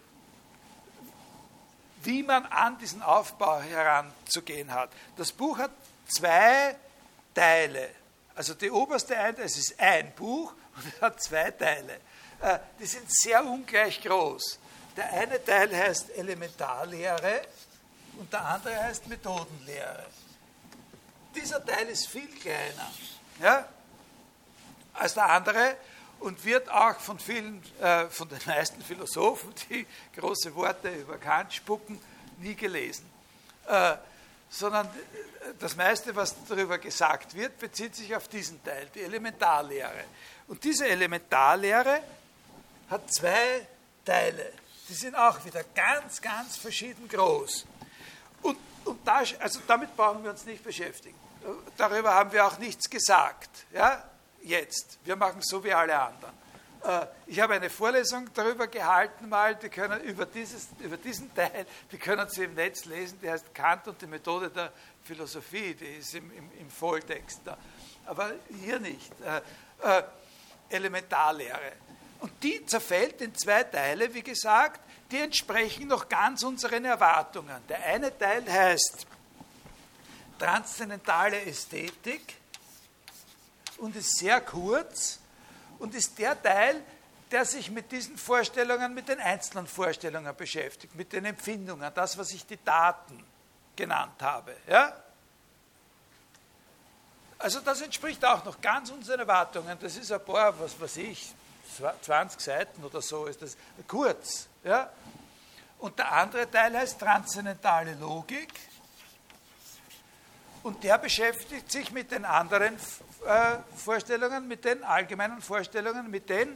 wie man an diesen Aufbau heranzugehen hat. Das Buch hat zwei Teile. Also die oberste Einheit, es ist ein Buch und es hat zwei Teile. Äh, die sind sehr ungleich groß. Der eine Teil heißt Elementarlehre und der andere heißt Methodenlehre. Dieser Teil ist viel kleiner, ja, als der andere und wird auch von vielen, äh, von den meisten Philosophen, die große Worte über Kant spucken, nie gelesen. Äh, sondern das meiste, was darüber gesagt wird, bezieht sich auf diesen Teil, die Elementarlehre. Und diese Elementarlehre hat zwei Teile. Die sind auch wieder ganz, ganz verschieden groß. Und, und da, also damit brauchen wir uns nicht beschäftigen. Darüber haben wir auch nichts gesagt. Ja? Jetzt. Wir machen so wie alle anderen. Äh, ich habe eine Vorlesung darüber gehalten, mal, die können über, dieses, über diesen Teil, die können Sie im Netz lesen, die heißt Kant und die Methode der Philosophie, die ist im, im, im Volltext da. Aber hier nicht. Äh, äh, Elementarlehre. Und die zerfällt in zwei Teile, wie gesagt, die entsprechen noch ganz unseren Erwartungen. Der eine Teil heißt Transzendentale Ästhetik und ist sehr kurz und ist der Teil, der sich mit diesen Vorstellungen, mit den einzelnen Vorstellungen beschäftigt, mit den Empfindungen, das, was ich die Daten genannt habe. Ja? Also das entspricht auch noch ganz unseren Erwartungen. Das ist ein paar, was weiß ich, zwanzig Seiten oder so, ist das kurz. Ja? Und der andere Teil heißt Transzendentale Logik und der beschäftigt sich mit den anderen äh, Vorstellungen, mit den allgemeinen Vorstellungen, mit den,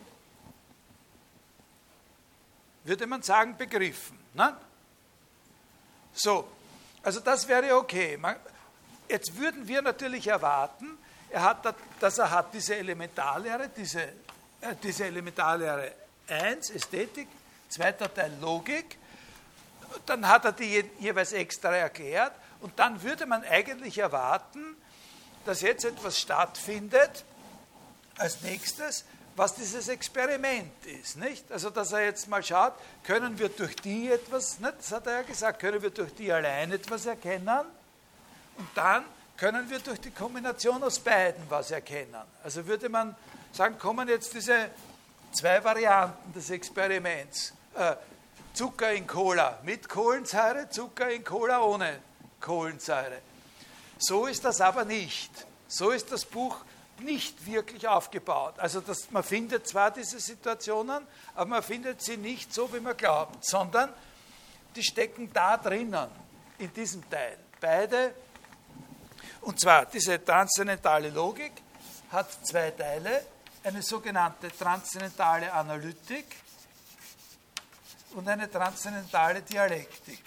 würde man sagen, Begriffen. Ne? So, also das wäre okay. Man, jetzt würden wir natürlich erwarten, er hat, dass er hat diese Elementarlehre, diese, äh, diese Elementarlehre eins, Ästhetik, zweiter Teil Logik, dann hat er die je, jeweils extra erklärt und dann würde man eigentlich erwarten, dass jetzt etwas stattfindet als nächstes, was dieses Experiment ist. Nicht? Also dass er jetzt mal schaut, können wir durch die etwas, nicht? Das hat er ja gesagt, können wir durch die allein etwas erkennen und dann können wir durch die Kombination aus beiden was erkennen. Also würde man sagen, kommen jetzt diese zwei Varianten des Experiments. Äh, Zucker in Cola mit Kohlensäure, Zucker in Cola ohne Kohlensäure. So ist das aber nicht. So ist das Buch nicht wirklich aufgebaut. Also das, man findet zwar diese Situationen, aber man findet sie nicht so, wie man glaubt, sondern die stecken da drinnen, in diesem Teil. Beide, und zwar diese transzendentale Logik hat zwei Teile, eine sogenannte transzendentale Analytik und eine transzendentale Dialektik.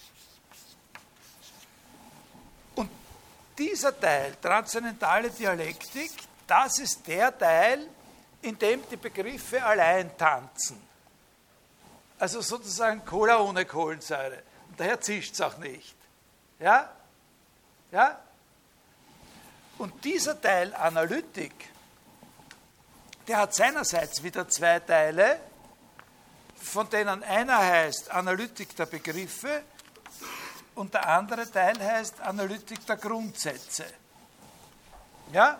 Und dieser Teil, transzendentale Dialektik, das ist der Teil, in dem die Begriffe allein tanzen. Also sozusagen Cola ohne Kohlensäure. Und daher zischt es auch nicht. Ja? Ja? Und dieser Teil Analytik, der hat seinerseits wieder zwei Teile, von denen einer heißt Analytik der Begriffe und der andere Teil heißt Analytik der Grundsätze. Ja?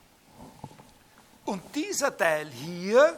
Und dieser Teil hier,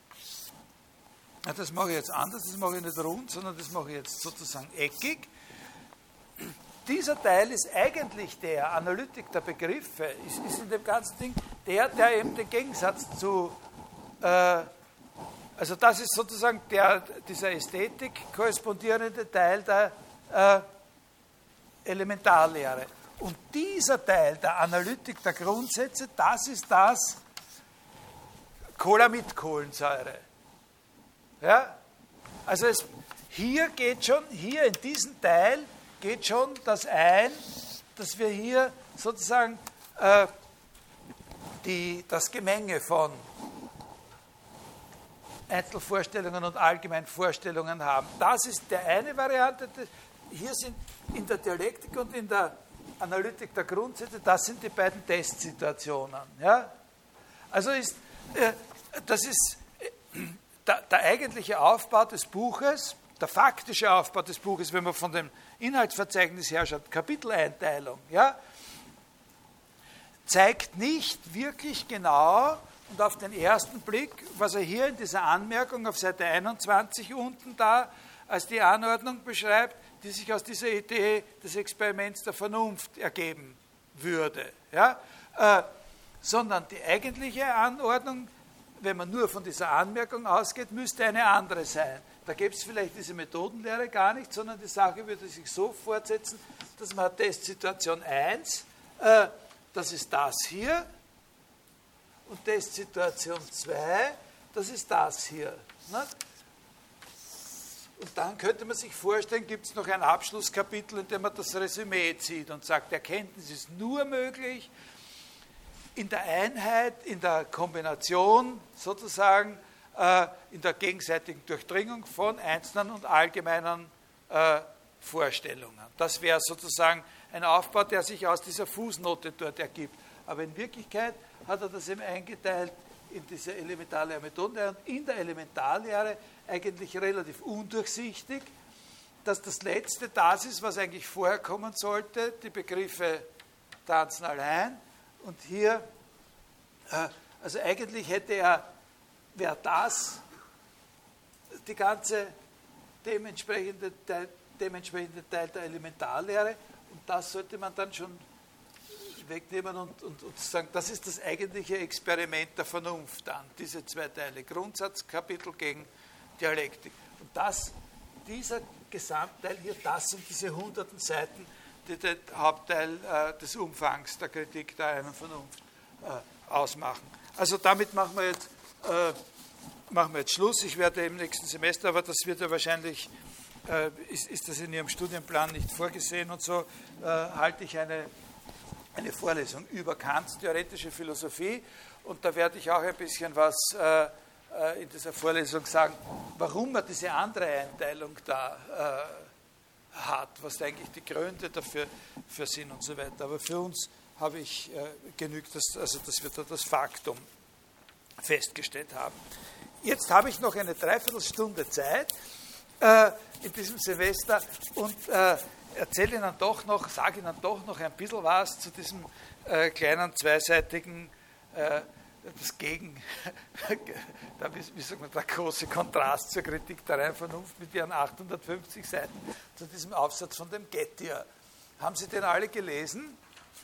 das mache ich jetzt anders, das mache ich nicht rund, sondern das mache ich jetzt sozusagen eckig. Dieser Teil ist eigentlich der Analytik der Begriffe, ist, ist in dem ganzen Ding der, der eben den Gegensatz zu, äh, also das ist sozusagen der, dieser Ästhetik korrespondierende Teil der äh, Elementarlehre. Und dieser Teil der Analytik der Grundsätze, das ist das Cola mit Kohlensäure. Ja? Also es, hier geht schon, hier in diesem Teil geht schon das ein, dass wir hier sozusagen äh, die, das Gemenge von Einzelvorstellungen und Allgemeinvorstellungen haben. Das ist der eine Variante. Hier sind in der Dialektik und in der Analytik der Grundsätze, das sind die beiden Testsituationen. Ja? Also ist, äh, das ist äh, der, der eigentliche Aufbau des Buches, der faktische Aufbau des Buches, wenn man von dem Inhaltsverzeichnis her schaut, Kapiteleinteilung, ja, zeigt nicht wirklich genau und auf den ersten Blick, was er hier in dieser Anmerkung auf Seite einundzwanzig unten da als die Anordnung beschreibt, die sich aus dieser Idee des Experiments der Vernunft ergeben würde. Ja? Äh, sondern die eigentliche Anordnung, wenn man nur von dieser Anmerkung ausgeht, müsste eine andere sein. Da gäbe es vielleicht diese Methodenlehre gar nicht, sondern die Sache würde sich so fortsetzen, dass man hat Testsituation eins, äh, das ist das hier, und Testsituation zwei, das ist das hier. Ne? Und dann könnte man sich vorstellen, gibt es noch ein Abschlusskapitel, in dem man das Resümee zieht und sagt, Erkenntnis ist nur möglich in der Einheit, in der Kombination sozusagen, äh, in der gegenseitigen Durchdringung von einzelnen und allgemeinen äh, Vorstellungen. Das wäre sozusagen ein Aufbau, der sich aus dieser Fußnote dort ergibt. Aber in Wirklichkeit hat er das eben eingeteilt in diese Elementarlehre Methodenlehre und in der Elementarlehre eigentlich relativ undurchsichtig, dass das Letzte das ist, was eigentlich vorher kommen sollte, die Begriffe tanzen allein. Und hier, äh, also eigentlich hätte er, wäre das die ganze dementsprechende Teil, dementsprechende Teil der Elementarlehre und das sollte man dann schon wegnehmen und, und, und sagen, das ist das eigentliche Experiment der Vernunft dann, diese zwei Teile, Grundsatzkapitel gegen Dialektik. Und das, dieser Gesamtteil hier, das sind diese hunderten Seiten, die den Hauptteil äh, des Umfangs der Kritik der einen Vernunft äh, ausmachen. Also damit machen wir, jetzt, äh, machen wir jetzt Schluss. Ich werde im nächsten Semester, aber das wird ja wahrscheinlich, äh, ist, ist das in Ihrem Studienplan nicht vorgesehen und so, äh, halte ich eine, eine Vorlesung über Kants theoretische Philosophie und da werde ich auch ein bisschen was äh, in dieser Vorlesung sagen, warum man diese andere Einteilung da äh, hat, was eigentlich die Gründe dafür für sind und so weiter. Aber für uns habe ich äh, genügt, dass, also dass wir da das Faktum festgestellt haben. Jetzt habe ich noch eine Dreiviertelstunde Zeit äh, in diesem Semester und äh, erzähle Ihnen doch noch, sage Ihnen doch noch ein bisschen was zu diesem äh, kleinen zweiseitigen äh, das Gegen, wie sagt man, der große Kontrast zur Kritik der reinen Vernunft mit ihren achthundertfünfzig Seiten zu diesem Aufsatz von dem Gettier. Haben Sie den alle gelesen?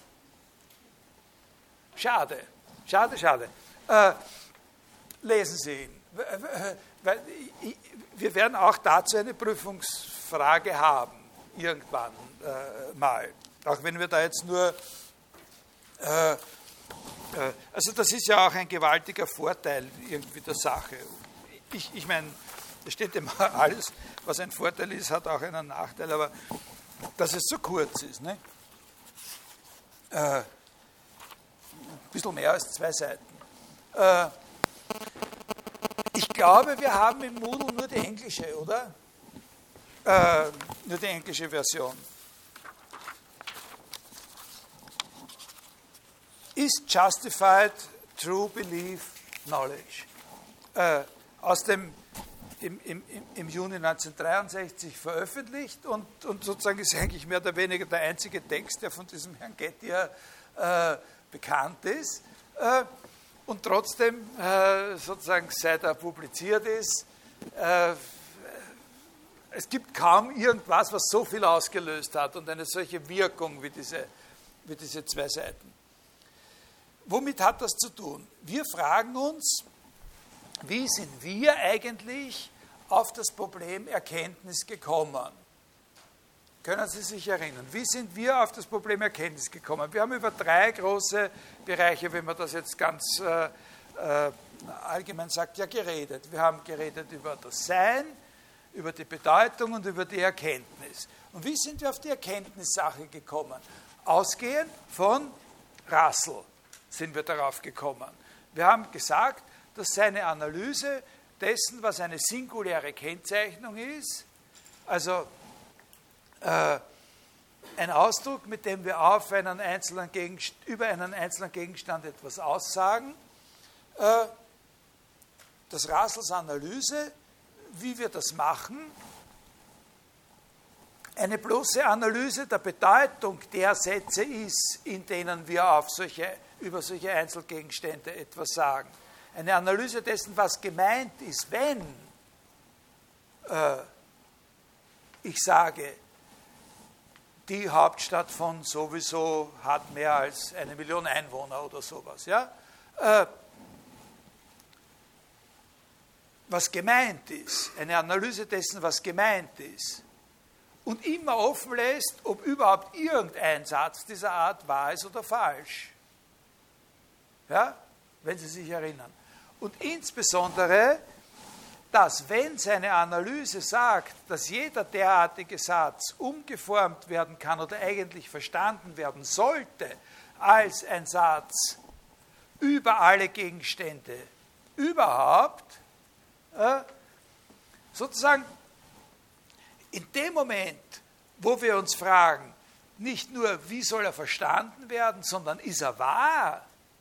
Schade, schade, schade. Äh, lesen Sie ihn. Weil wir werden auch dazu eine Prüfungsfrage haben, irgendwann äh, mal. Auch wenn wir da jetzt nur äh, Also das ist ja auch ein gewaltiger Vorteil irgendwie der Sache. Ich, ich meine, es steht immer alles, was ein Vorteil ist, hat auch einen Nachteil, aber dass es so kurz ist, ne? Äh, ein bisschen mehr als zwei Seiten. Äh, ich glaube, wir haben im Moodle nur die englische, oder? Äh, nur die englische Version. Is justified true belief Knowledge. Äh, aus dem, im, im, im Juni neunzehnhundertdreiundsechzig veröffentlicht und, und sozusagen ist eigentlich mehr oder weniger der einzige Text, der von diesem Herrn Gettier äh, bekannt ist. Äh, und trotzdem, äh, sozusagen, seit er publiziert ist, äh, es gibt kaum irgendwas, was so viel ausgelöst hat und eine solche Wirkung wie diese, wie diese zwei Seiten. Womit hat das zu tun? Wir fragen uns, wie sind wir eigentlich auf das Problem Erkenntnis gekommen? Können Sie sich erinnern? Wie sind wir auf das Problem Erkenntnis gekommen? Wir haben über drei große Bereiche, wenn man das jetzt ganz äh, äh, allgemein sagt, ja geredet. Wir haben geredet über das Sein, über die Bedeutung und über die Erkenntnis. Und wie sind wir auf die Erkenntnissache gekommen? Ausgehend von Russell sind wir darauf gekommen. Wir haben gesagt, dass seine Analyse dessen, was eine singuläre Kennzeichnung ist, also äh, ein Ausdruck, mit dem wir auf einen einzelnen Gegenstand, über einen einzelnen Gegenstand etwas aussagen, äh, dass Russells Analyse, wie wir das machen, eine bloße Analyse der Bedeutung der Sätze ist, in denen wir auf solche, über solche Einzelgegenstände etwas sagen. Eine Analyse dessen, was gemeint ist, wenn äh, ich sage, die Hauptstadt von sowieso hat mehr als eine Million Einwohner oder sowas. Ja? Äh, was gemeint ist, eine Analyse dessen, was gemeint ist, und immer offen lässt, ob überhaupt irgendein Satz dieser Art wahr ist oder falsch. Ja? Wenn Sie sich erinnern. Und insbesondere, dass wenn seine Analyse sagt, dass jeder derartige Satz umgeformt werden kann oder eigentlich verstanden werden sollte als ein Satz über alle Gegenstände überhaupt, äh, sozusagen in dem Moment, wo wir uns fragen, nicht nur, wie soll er verstanden werden, sondern ist er wahr,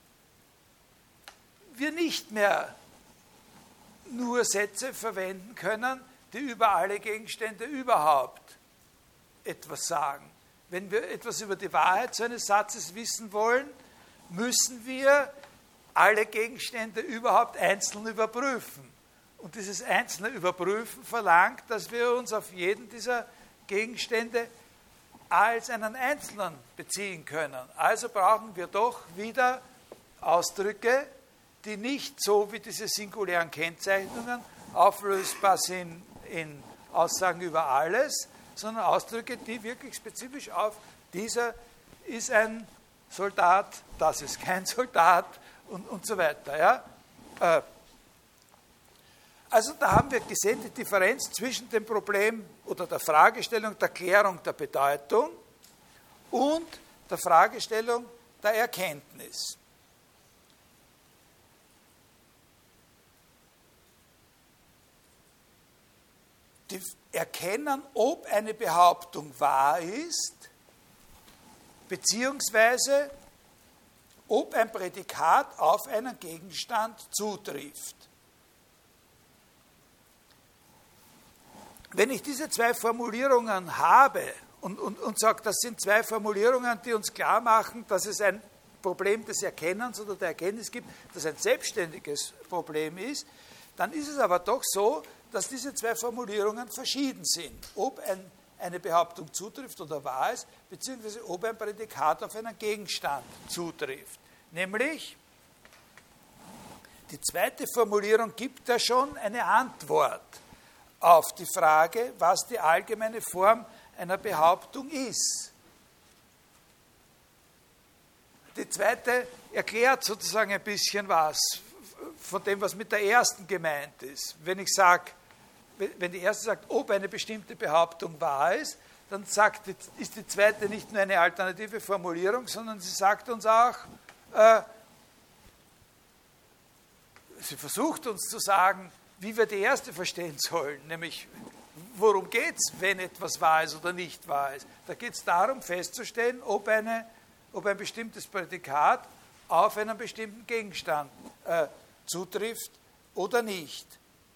wir nicht mehr nur Sätze verwenden können, die über alle Gegenstände überhaupt etwas sagen. Wenn wir etwas über die Wahrheit so eines Satzes wissen wollen, müssen wir alle Gegenstände überhaupt einzeln überprüfen. Und dieses einzelne Überprüfen verlangt, dass wir uns auf jeden dieser Gegenstände als einen Einzelnen beziehen können. Also brauchen wir doch wieder Ausdrücke, die nicht so wie diese singulären Kennzeichnungen auflösbar sind in Aussagen über alles, sondern Ausdrücke, die wirklich spezifisch auf dieser ist ein Soldat, das ist kein Soldat und, und so weiter. Ja? Äh, Also da haben wir gesehen, die Differenz zwischen dem Problem oder der Fragestellung der Klärung der Bedeutung und der Fragestellung der Erkenntnis. Die erkennen, ob eine Behauptung wahr ist, beziehungsweise ob ein Prädikat auf einen Gegenstand zutrifft. Wenn ich diese zwei Formulierungen habe und, und, und sage, das sind zwei Formulierungen, die uns klar machen, dass es ein Problem des Erkennens oder der Erkenntnis gibt, das ein selbstständiges Problem ist, dann ist es aber doch so, dass diese zwei Formulierungen verschieden sind. Ob ein, eine Behauptung zutrifft oder wahr ist, beziehungsweise ob ein Prädikat auf einen Gegenstand zutrifft. Nämlich, die zweite Formulierung gibt ja schon eine Antwort auf die Frage, was die allgemeine Form einer Behauptung ist. Die zweite erklärt sozusagen ein bisschen was von dem, was mit der ersten gemeint ist. Wenn ich sage, wenn die erste sagt, ob eine bestimmte Behauptung wahr ist, dann sagt, ist die zweite nicht nur eine alternative Formulierung, sondern sie sagt uns auch, äh, sie versucht uns zu sagen, wie wir die erste verstehen sollen, nämlich worum geht es, wenn etwas wahr ist oder nicht wahr ist. Da geht es darum, festzustellen, ob, eine, ob ein bestimmtes Prädikat auf einen bestimmten Gegenstand äh, zutrifft oder nicht.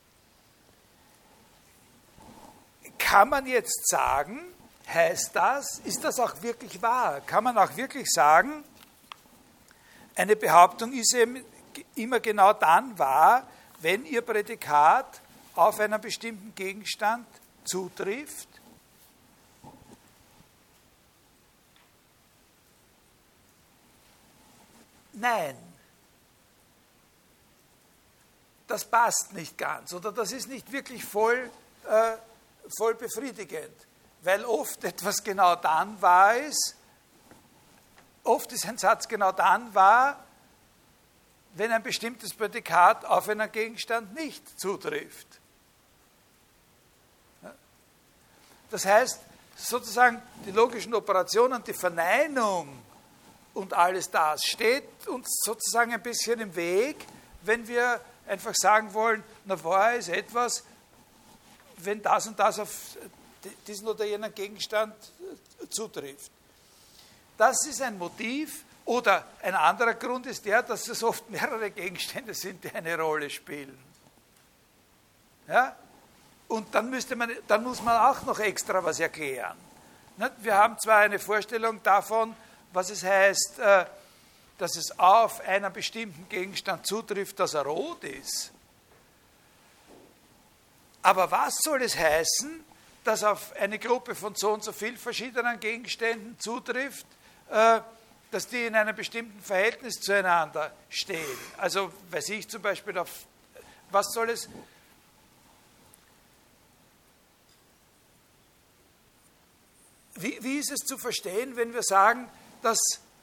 Kann man jetzt sagen, heißt das, ist das auch wirklich wahr? Kann man auch wirklich sagen, eine Behauptung ist eben immer genau dann wahr, wenn ihr Prädikat auf einen bestimmten Gegenstand zutrifft? Nein. Das passt nicht ganz oder das ist nicht wirklich voll, äh, voll befriedigend, weil oft etwas genau dann wahr ist, oft ist ein Satz genau dann wahr, wenn ein bestimmtes Prädikat auf einen Gegenstand nicht zutrifft. Das heißt, sozusagen die logischen Operationen, die Verneinung und alles das steht uns sozusagen ein bisschen im Weg, wenn wir einfach sagen wollen, na, wahr ist etwas, wenn das und das auf diesen oder jenen Gegenstand zutrifft. Das ist ein Motiv, oder ein anderer Grund ist der, dass es oft mehrere Gegenstände sind, die eine Rolle spielen. Ja? Und dann, müsste man, dann muss man auch noch extra was erklären. Wir haben zwar eine Vorstellung davon, was es heißt, dass es auf einen bestimmten Gegenstand zutrifft, dass er rot ist. Aber was soll es heißen, dass auf eine Gruppe von so und so vielen verschiedenen Gegenständen zutrifft, dass die in einem bestimmten Verhältnis zueinander stehen? Also, weiß ich zum Beispiel, auf, was soll es... Wie, wie ist es zu verstehen, wenn wir sagen, dass,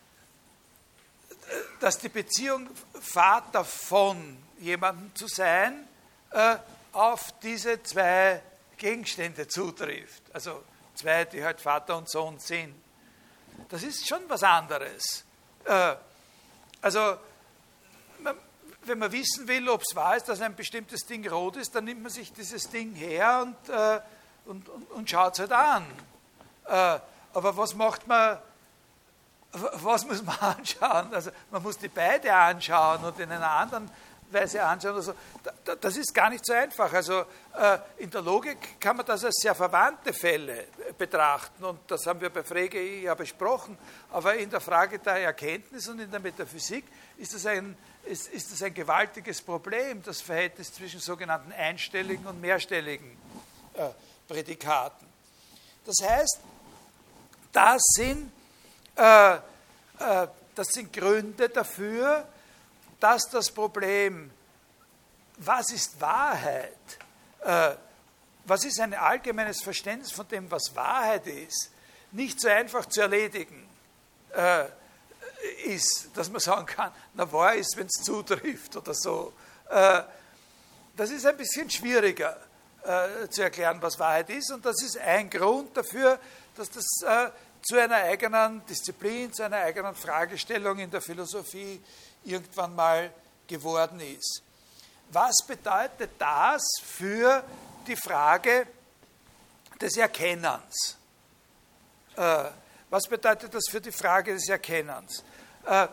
dass die Beziehung Vater von jemandem zu sein äh, auf diese zwei Gegenstände zutrifft? Also zwei, die halt Vater und Sohn sind. Das ist schon was anderes. Äh, also, man, wenn man wissen will, ob es wahr ist, dass ein bestimmtes Ding rot ist, dann nimmt man sich dieses Ding her und, äh, und, und, und schaut es halt an. Äh, aber was macht man, was muss man anschauen? Also man muss die beide anschauen und in einer anderen Weise anschauen. Oder so. Das ist gar nicht so einfach. Also äh, in der Logik kann man das als sehr verwandte Fälle betrachten und das haben wir bei Frege ja besprochen. Aber in der Frage der Erkenntnis und in der Metaphysik ist das ein, ist, ist das ein gewaltiges Problem, das Verhältnis zwischen sogenannten einstelligen und mehrstelligen äh, Prädikaten. Das heißt, das sind, äh, äh, das sind Gründe dafür, dass das Problem, was ist Wahrheit, äh, was ist ein allgemeines Verständnis von dem, was Wahrheit ist, nicht so einfach zu erledigen äh, ist, dass man sagen kann, na, wahr ist, wenn es zutrifft oder so. Äh, das ist ein bisschen schwieriger äh, zu erklären, was Wahrheit ist, und das ist ein Grund dafür, dass das äh, zu einer eigenen Disziplin, zu einer eigenen Fragestellung in der Philosophie irgendwann mal geworden ist. Was bedeutet das für die Frage des Erkennens? Äh, was bedeutet das für die Frage des Erkennens? Äh,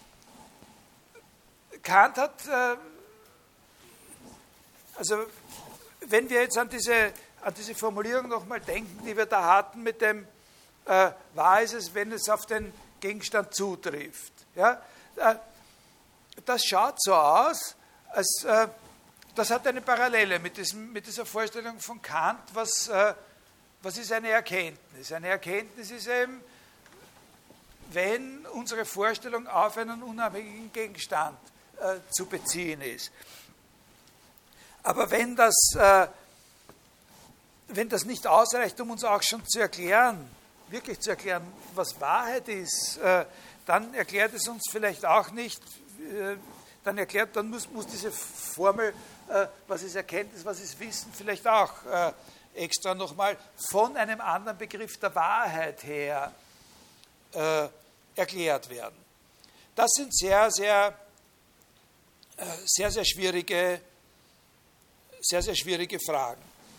Kant hat, äh, also wenn wir jetzt an diese, an diese Formulierung nochmal denken, die wir da hatten mit dem Äh, wahr ist es, wenn es auf den Gegenstand zutrifft. Ja? Äh, das schaut so aus, als äh, das hat eine Parallele mit, diesem, mit dieser Vorstellung von Kant, was, äh, was ist eine Erkenntnis? Eine Erkenntnis ist eben, wenn unsere Vorstellung auf einen unabhängigen Gegenstand äh, zu beziehen ist. Aber wenn das, äh, wenn das nicht ausreicht, um uns auch schon zu erklären, wirklich zu erklären, was Wahrheit ist, äh, dann erklärt es uns vielleicht auch nicht, äh, dann erklärt, dann muss, muss diese Formel, äh, was ist Erkenntnis, was ist Wissen, vielleicht auch äh, extra nochmal von einem anderen Begriff der Wahrheit her äh, erklärt werden. Das sind sehr, sehr, äh, sehr, sehr schwierige, sehr, sehr schwierige Fragen.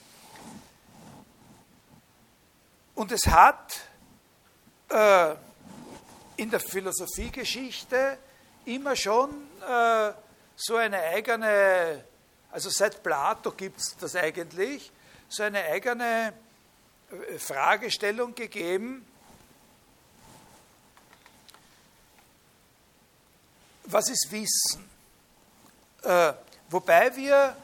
Und es hat äh, in der Philosophiegeschichte immer schon äh, so eine eigene, also seit Plato gibt es das eigentlich, so eine eigene Fragestellung gegeben, was ist Wissen? Äh, wobei wir,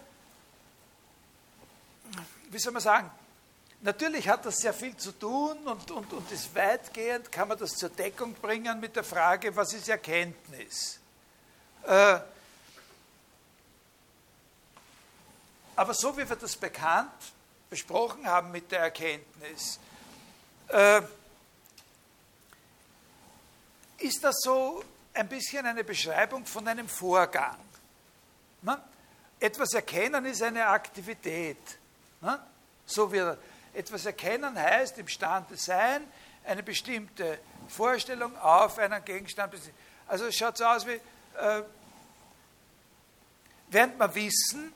wie soll man sagen, natürlich hat das sehr viel zu tun und, und, und ist weitgehend, kann man das zur Deckung bringen mit der Frage, was ist Erkenntnis? Äh, aber so wie wir das bekannt besprochen haben mit der Erkenntnis, äh, ist das so ein bisschen eine Beschreibung von einem Vorgang. Ne? Etwas erkennen ist eine Aktivität. Ne? So wie etwas erkennen heißt, imstande sein, eine bestimmte Vorstellung auf einen Gegenstand. Also es schaut so aus wie, äh, während wir wissen,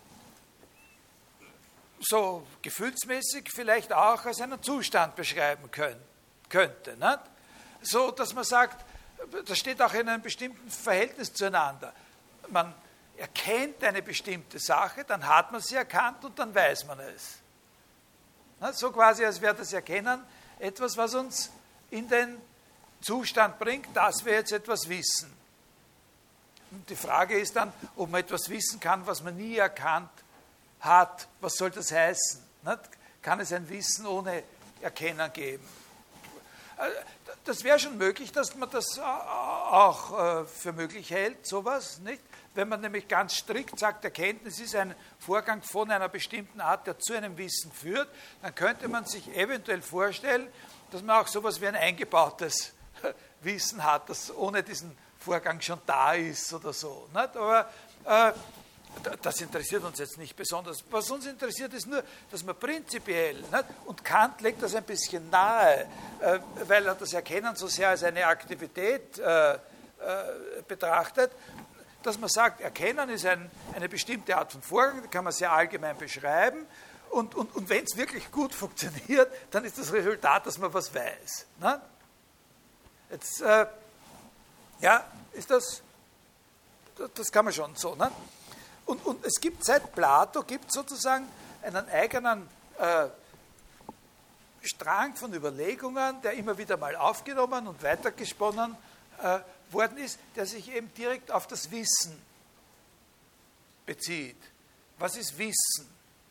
so gefühlsmäßig vielleicht auch als einen Zustand beschreiben können, könnte. Nicht? So, dass man sagt, das steht auch in einem bestimmten Verhältnis zueinander. Man erkennt eine bestimmte Sache, dann hat man sie erkannt und dann weiß man es. Nicht? So quasi, als wäre das Erkennen etwas, was uns in den Zustand bringt, dass wir jetzt etwas wissen. Und die Frage ist dann, ob man etwas wissen kann, was man nie erkannt hat. Was soll das heißen? Nicht? Kann es ein Wissen ohne Erkennen geben? Das wäre schon möglich, dass man das auch für möglich hält, sowas, nicht? Wenn man nämlich ganz strikt sagt, Erkenntnis ist ein Vorgang von einer bestimmten Art, der zu einem Wissen führt, dann könnte man sich eventuell vorstellen, dass man auch sowas wie ein eingebautes Wissen hat, das ohne diesen Vorgang schon da ist oder so. Nicht? Aber äh, das interessiert uns jetzt nicht besonders. Was uns interessiert, ist nur, dass man prinzipiell, nicht? Und Kant legt das ein bisschen nahe, äh, weil er das Erkennen so sehr als eine Aktivität äh, äh, betrachtet, dass man sagt, Erkennen ist ein, eine bestimmte Art von Vorgang, die kann man sehr allgemein beschreiben, und, und, und wenn es wirklich gut funktioniert, dann ist das Resultat, dass man was weiß. Ne? Jetzt, äh, ja, ist das, das kann man schon so, ne? Und, und es gibt seit Plato gibt sozusagen einen eigenen äh, Strang von Überlegungen, der immer wieder mal aufgenommen und weitergesponnen äh, worden ist, der sich eben direkt auf das Wissen bezieht. Was ist Wissen?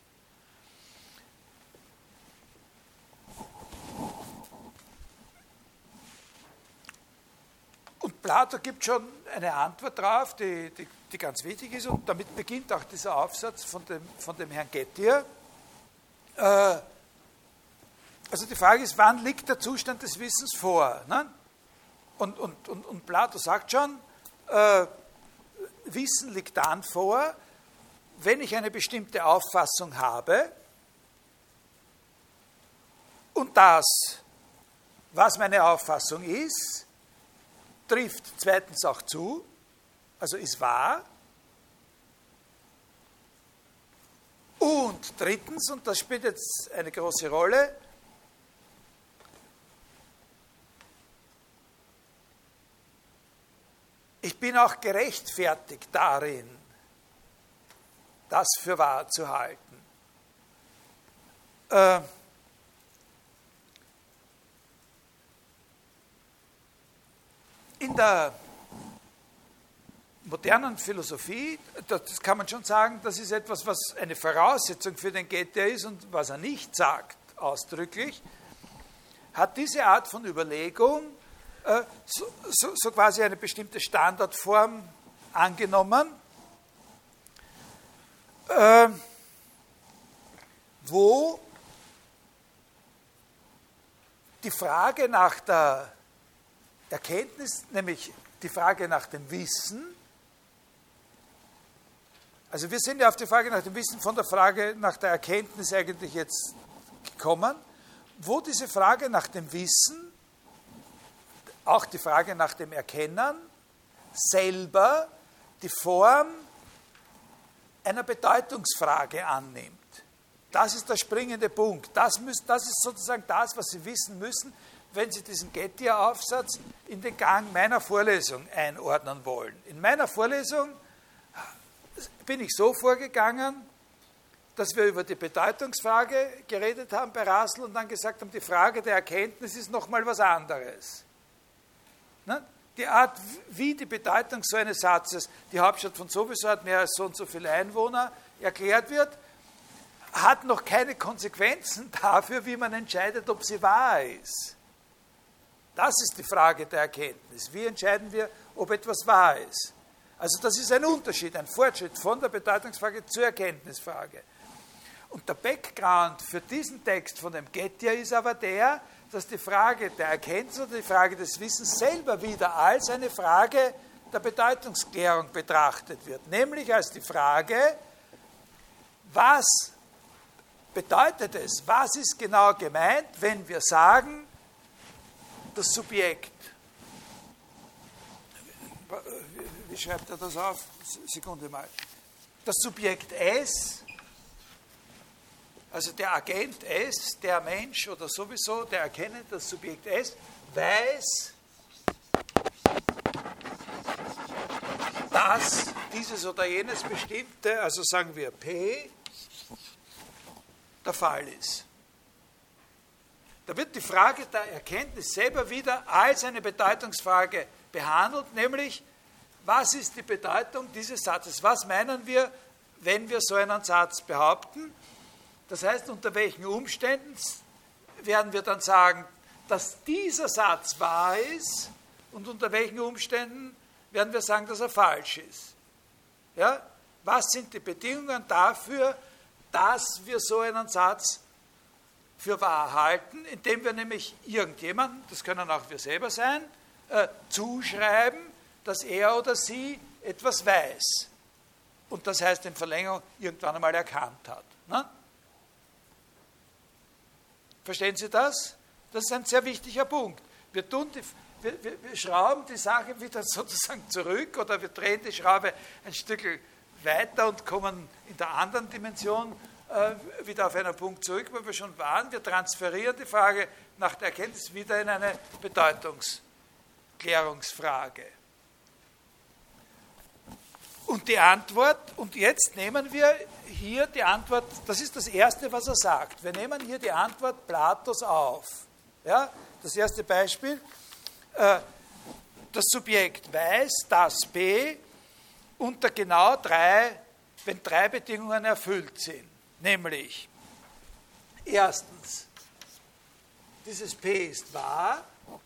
Und Plato gibt schon eine Antwort darauf, die, die, die ganz wichtig ist, und damit beginnt auch dieser Aufsatz von dem, von dem Herrn Gettier. Äh, also die Frage ist, wann liegt der Zustand des Wissens vor? Ne? Und, und, und, und Plato sagt schon, äh, Wissen liegt dann vor, wenn ich eine bestimmte Auffassung habe und das, was meine Auffassung ist, trifft zweitens auch zu, also ist wahr. Und drittens, und das spielt jetzt eine große Rolle, ich bin auch gerechtfertigt darin, das für wahr zu halten. Äh, in der modernen Philosophie, das kann man schon sagen, das ist etwas, was eine Voraussetzung für den Gettier ist und was er nicht sagt, ausdrücklich, hat diese Art von Überlegung äh, so, so, so quasi eine bestimmte Standardform angenommen, äh, wo die Frage nach der Erkenntnis, nämlich die Frage nach dem Wissen, also wir sind ja auf die Frage nach dem Wissen von der Frage nach der Erkenntnis eigentlich jetzt gekommen, wo diese Frage nach dem Wissen, auch die Frage nach dem Erkennen, selber die Form einer Bedeutungsfrage annimmt. Das ist der springende Punkt. Das, müssen, das ist sozusagen das, was Sie wissen müssen, wenn Sie diesen Gettier-Aufsatz in den Gang meiner Vorlesung einordnen wollen. In meiner Vorlesung bin ich so vorgegangen, dass wir über die Bedeutungsfrage geredet haben bei Russell und dann gesagt haben, die Frage der Erkenntnis ist nochmal was anderes. Ne? Die Art, wie die Bedeutung so eines Satzes, die Hauptstadt von sowieso hat mehr als so und so viele Einwohner, erklärt wird, hat noch keine Konsequenzen dafür, wie man entscheidet, ob sie wahr ist. Das ist die Frage der Erkenntnis. Wie entscheiden wir, ob etwas wahr ist? Also das ist ein Unterschied, ein Fortschritt von der Bedeutungsfrage zur Erkenntnisfrage. Und der Background für diesen Text von dem Gettier ist aber der, dass die Frage der Erkenntnis oder die Frage des Wissens selber wieder als eine Frage der Bedeutungsklärung betrachtet wird. Nämlich als die Frage, was bedeutet es, was ist genau gemeint, wenn wir sagen, das Subjekt. Wie schreibt er das auf? Sekunde mal. Das Subjekt S, also der Agent S, der Mensch oder sowieso, der erkennende, das Subjekt S, weiß, dass dieses oder jenes bestimmte, also sagen wir P, der Fall ist. Da wird die Frage der Erkenntnis selber wieder als eine Bedeutungsfrage behandelt, nämlich, was ist die Bedeutung dieses Satzes? Was meinen wir, wenn wir so einen Satz behaupten? Das heißt, unter welchen Umständen werden wir dann sagen, dass dieser Satz wahr ist und unter welchen Umständen werden wir sagen, dass er falsch ist? Ja? Was sind die Bedingungen dafür, dass wir so einen Satz für wahr halten, indem wir nämlich irgendjemanden, das können auch wir selber sein, äh, zuschreiben, dass er oder sie etwas weiß. Und das heißt in Verlängerung irgendwann einmal erkannt hat. Ne? Verstehen Sie das? Das ist ein sehr wichtiger Punkt. Wir, tun die, wir, wir, wir schrauben die Sache wieder sozusagen zurück oder wir drehen die Schraube ein Stück weiter und kommen in der anderen Dimension äh, wieder auf einen Punkt zurück, wo wir schon waren. Wir transferieren die Frage nach der Erkenntnis wieder in eine Bedeutungsklärungsfrage. Und die Antwort, und jetzt nehmen wir hier die Antwort, das ist das Erste, was er sagt. Wir nehmen hier die Antwort Platos auf. Ja, das erste Beispiel, äh, das Subjekt weiß, dass P unter genau drei, wenn drei Bedingungen erfüllt sind. Nämlich, erstens, dieses P ist wahr.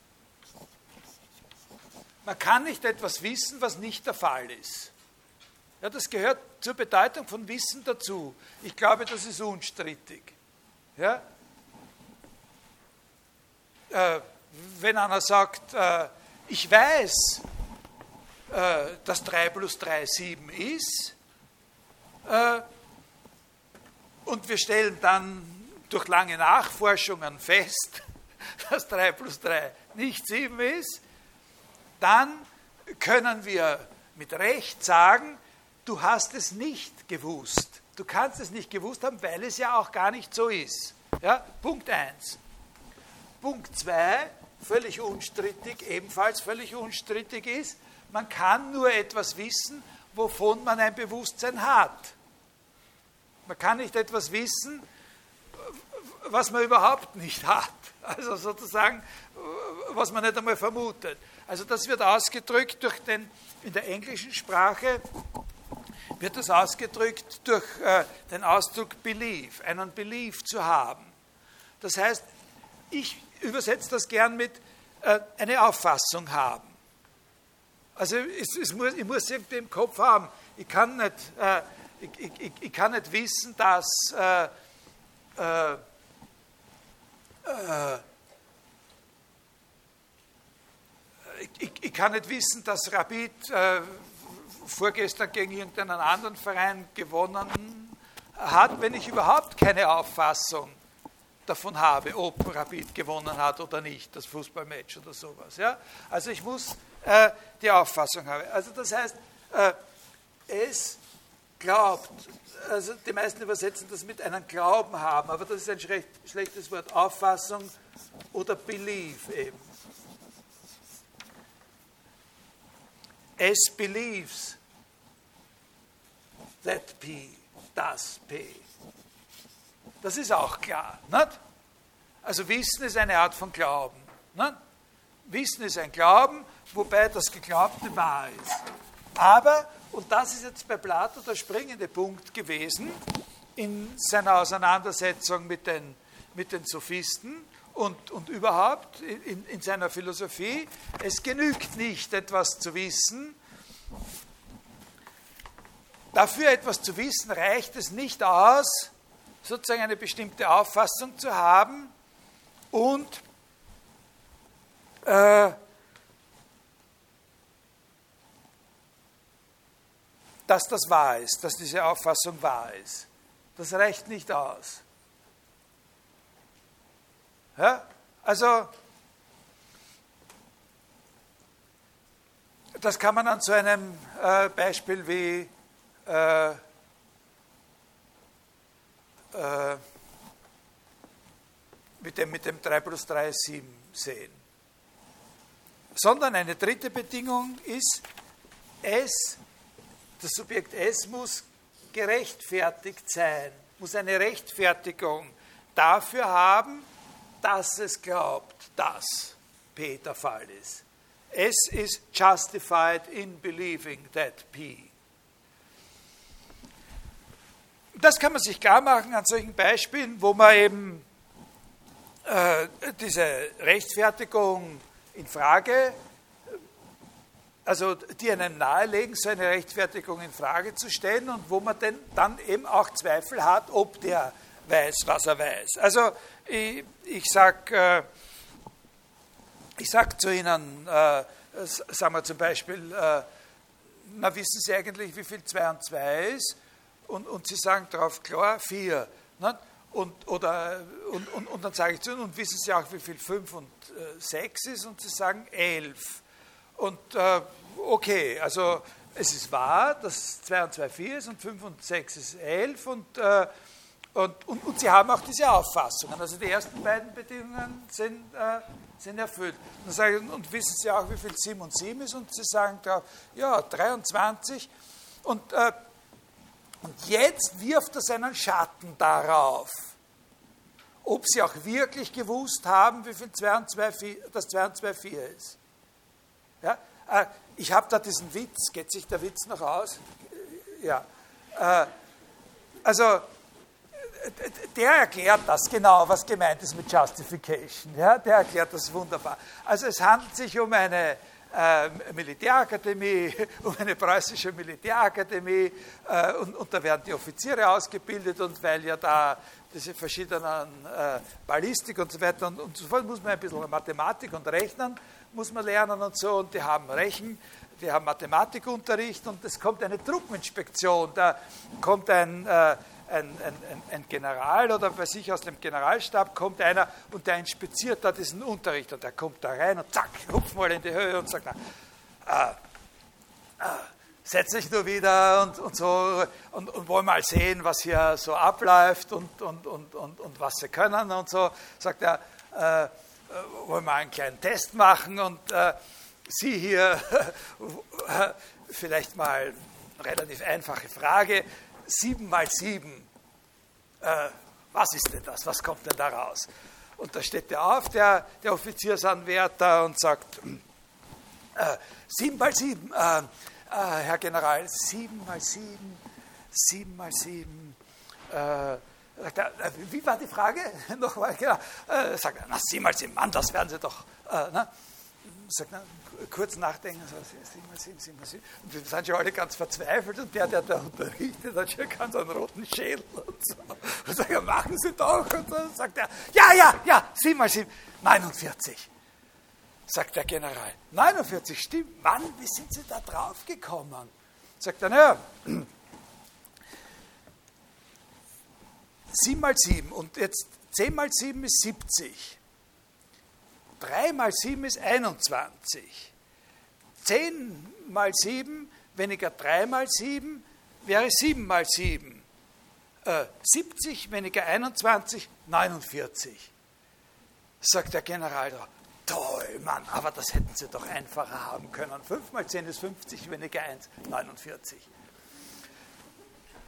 Man kann nicht etwas wissen, was nicht der Fall ist. Ja, das gehört zur Bedeutung von Wissen dazu. Ich glaube, das ist unstrittig. Ja? Äh, wenn einer sagt, äh, ich weiß, äh, dass drei plus drei sieben ist, äh, und wir stellen dann durch lange Nachforschungen fest, dass drei plus drei nicht sieben ist, dann können wir mit Recht sagen, du hast es nicht gewusst. Du kannst es nicht gewusst haben, weil es ja auch gar nicht so ist. Ja? Punkt eins. Punkt zwei, völlig unstrittig, ebenfalls völlig unstrittig ist, man kann nur etwas wissen, wovon man ein Bewusstsein hat. Man kann nicht etwas wissen, was man überhaupt nicht hat. Also sozusagen, was man nicht einmal vermutet. Also das wird ausgedrückt durch den, in der englischen Sprache, wird das ausgedrückt durch äh, den Ausdruck believe, einen Belief zu haben. Das heißt, ich übersetze das gern mit äh, eine Auffassung haben. Also es, es muss, ich muss irgendwie im Kopf haben, ich kann nicht, äh, ich, ich, ich kann nicht wissen, dass äh, äh, äh, ich, ich kann nicht wissen, dass Rapid äh, vorgestern gegen irgendeinen anderen Verein gewonnen hat, wenn ich überhaupt keine Auffassung davon habe, ob Rapid gewonnen hat oder nicht, das Fußballmatch oder sowas. Ja? Also ich muss äh, die Auffassung haben. Also das heißt, äh, es glaubt, also die meisten übersetzen das mit einem Glauben haben, aber das ist ein schlecht, schlechtes Wort, Auffassung oder Belief eben. Es believes that P, das P. Das ist auch klar, nicht? Also Wissen ist eine Art von Glauben. Nicht? Wissen ist ein Glauben, wobei das Geglaubte wahr ist. Aber, und das ist jetzt bei Plato der springende Punkt gewesen, in seiner Auseinandersetzung mit den, mit den Sophisten und, und überhaupt in, in seiner Philosophie, es genügt nicht, etwas zu wissen. Dafür etwas zu wissen, reicht es nicht aus, sozusagen eine bestimmte Auffassung zu haben und äh, dass das wahr ist, dass diese Auffassung wahr ist. Das reicht nicht aus. Ja? Also, das kann man an so einem äh, Beispiel wie äh, äh, mit, dem, mit dem drei plus drei ist sieben sehen. Sondern eine dritte Bedingung ist, es, das Subjekt S muss gerechtfertigt sein, muss eine Rechtfertigung dafür haben, dass es glaubt, dass P der Fall ist. S is justified in believing that P. Das kann man sich klar machen an solchen Beispielen, wo man eben äh, diese Rechtfertigung in Frage, also die einem nahelegen, so eine Rechtfertigung in Frage zu stellen und wo man denn dann eben auch Zweifel hat, ob der weiß, was er weiß. Also ich, ich sage äh, ich sag zu Ihnen, äh, sagen wir zum Beispiel, äh, na wissen Sie eigentlich, wie viel zwei und zwei ist? Und, und Sie sagen darauf, klar, vier. Ne? Und, oder, und, und, und dann sage ich zu Ihnen, und wissen Sie auch, wie viel fünf und sechs ist? Und Sie sagen elf. Und äh, okay, also es ist wahr, dass zwei und zwei vier ist und fünf und sechs ist elf und, äh, und, und, und Sie haben auch diese Auffassungen. Also die ersten beiden Bedingungen sind, äh, sind erfüllt. Und dann sage ich, und wissen Sie auch, wie viel sieben und sieben ist? Und Sie sagen drauf, ja, dreiundzwanzig. Und, äh, und jetzt wirft er seinen Schatten darauf, ob Sie auch wirklich gewusst haben, wie viel zwei und zwei, vier, das zwei und zwei vier ist. Ja? Äh, ich habe da diesen Witz, geht sich der Witz noch aus? Ja. Äh, also, der erklärt das genau, was gemeint ist mit Justification. Ja? Der erklärt das wunderbar. Also es handelt sich um eine äh, Militärakademie, um eine preußische Militärakademie äh, und, und da werden die Offiziere ausgebildet und weil ja da diese verschiedenen äh, Ballistik und so weiter und, und so fort, muss man ein bisschen Mathematik und Rechnen, muss man lernen und so, und die haben Rechen, die haben Mathematikunterricht und es kommt eine Truppeninspektion, da kommt ein, äh, ein, ein, ein General oder bei sich aus dem Generalstab kommt einer und der inspiziert da diesen Unterricht und der kommt da rein und zack, hupft mal in die Höhe und sagt, na, äh, äh, setz dich nur wieder und, und so und, und wollen mal sehen, was hier so abläuft und, und, und, und, und was sie können und so, sagt er, äh, wollen wir einen kleinen Test machen und äh, Sie hier, vielleicht mal eine relativ einfache Frage, sieben mal sieben, äh, was ist denn das, was kommt denn da raus? Und da steht der auf, der, der Offiziersanwärter und sagt, äh, sieben mal sieben, äh, äh, Herr General, sieben mal sieben, sieben mal sieben, äh, sagt er, wie war die Frage? Nochmal, genau. Äh, sagt er, na, sieben mal sieben, Mann, das werden Sie doch. Äh, ne? Sagt er, kurz nachdenken, so, sieben mal sieben, sieben mal sieben. Und wir sind schon alle ganz verzweifelt und der, der da unterrichtet, hat schon ganz einen roten Schädel und so. Und sagt er, machen Sie doch. Und dann sagt er, ja, ja, ja, sieben mal sieben, neunundvierzig. Sagt der General, neunundvierzig, stimmt. Mann, wie sind Sie da drauf gekommen? Sagt er, naja, sieben mal sieben und jetzt zehn mal sieben ist siebzig. drei mal sieben ist einundzwanzig. zehn mal sieben weniger drei mal sieben wäre sieben mal sieben. Äh, siebzig weniger einundzwanzig, neunundvierzig. Sagt der General da, toll, Mann, aber das hätten Sie doch einfacher haben können. fünf mal zehn ist fünfzig, weniger eins, neunundvierzig.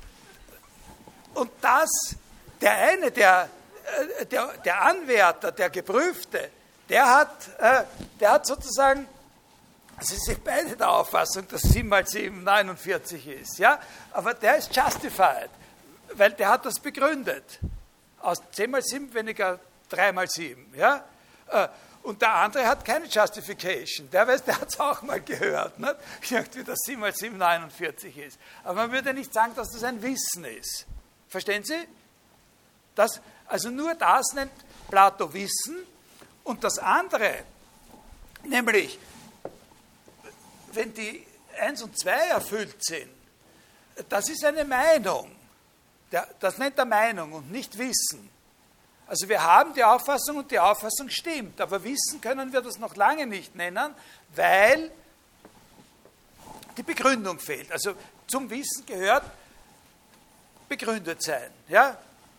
und das, der eine, der, der, der Anwärter, der Geprüfte, der hat, äh, der hat sozusagen, sie sind beide der Auffassung, dass sieben mal sieben neunundvierzig ist, ja? Aber der ist justified, weil der hat das begründet. Aus zehn mal sieben weniger drei mal sieben, ja? Und der andere hat keine Justification. Der weiß, der hat es auch mal gehört, nicht? Irgendwie, dass sieben mal sieben neunundvierzig ist. Aber man würde nicht sagen, dass das ein Wissen ist. Verstehen Sie? Das, also nur das nennt Plato Wissen. Und das andere, nämlich, wenn die eins und zwei erfüllt sind, das ist eine Meinung. Das nennt er Meinung und nicht Wissen. Also wir haben die Auffassung und die Auffassung stimmt, aber Wissen können wir das noch lange nicht nennen, weil die Begründung fehlt. Also zum Wissen gehört begründet sein. Ja?